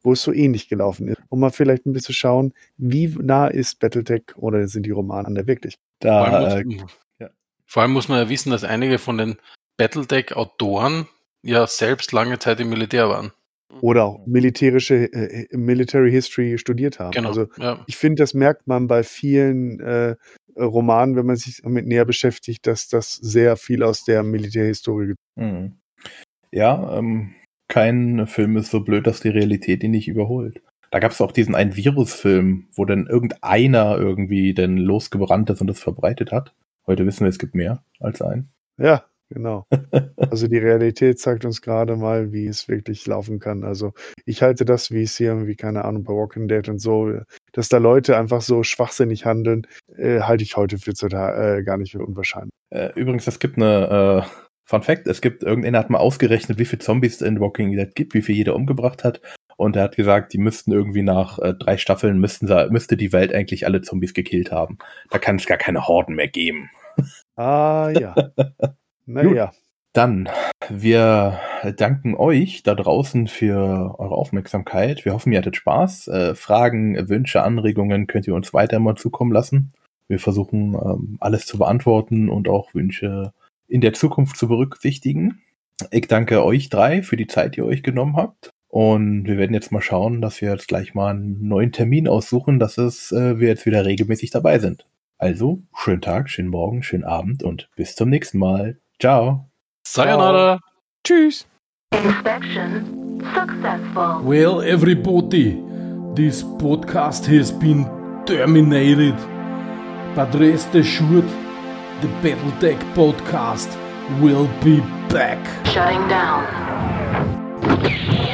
wo es so ähnlich gelaufen ist. Um mal vielleicht ein bisschen schauen, wie nah ist Battletech oder sind die Romane an der Wirklichkeit. Vor allem muss man ja wissen, dass einige von den Battletech-Autoren ja selbst lange Zeit im Militär waren. Oder auch militärische Military History studiert haben. Genau, Also ja. ich finde, das merkt man bei vielen Romanen, wenn man sich damit näher beschäftigt, dass das sehr viel aus der Militärhistorie Ja, kein Film ist so blöd, dass die Realität ihn nicht überholt. Da gab es auch diesen einen Virusfilm, wo dann irgendeiner irgendwie dann losgebrannt ist und das verbreitet hat. Heute wissen wir, es gibt mehr als einen. Ja, genau. Also die Realität zeigt uns gerade mal, wie es wirklich laufen kann. Also ich halte das, wie es hier irgendwie, keine Ahnung, bei Walking Dead und so, dass da Leute einfach so schwachsinnig handeln, halte ich heute für gar nicht für unwahrscheinlich. Übrigens, es gibt eine Fun Fact, irgendeiner hat mal ausgerechnet, wie viele Zombies in Walking Dead gibt, wie viel jeder umgebracht hat. Und er hat gesagt, die müssten irgendwie nach 3 Staffeln, müsste die Welt eigentlich alle Zombies gekillt haben. Da kann es gar keine Horden mehr geben. Ah, ja. Naja. Dann, wir danken euch da draußen für eure Aufmerksamkeit. Wir hoffen, ihr hattet Spaß. Fragen, Wünsche, Anregungen könnt ihr uns weiter mal zukommen lassen. Wir versuchen, alles zu beantworten und auch Wünsche in der Zukunft zu berücksichtigen. Ich danke euch 3 für die Zeit, die ihr euch genommen habt. Und wir werden jetzt mal schauen, dass wir jetzt gleich mal einen neuen Termin aussuchen, dass wir jetzt wieder regelmäßig dabei sind. Also, schönen Tag, schönen Morgen, schönen Abend und bis zum nächsten Mal. Ciao. Sayonara. Tschüss. Inspection successful. Well, everybody, this podcast has been terminated. But rest assured, the Battletech podcast will be back. Shutting down.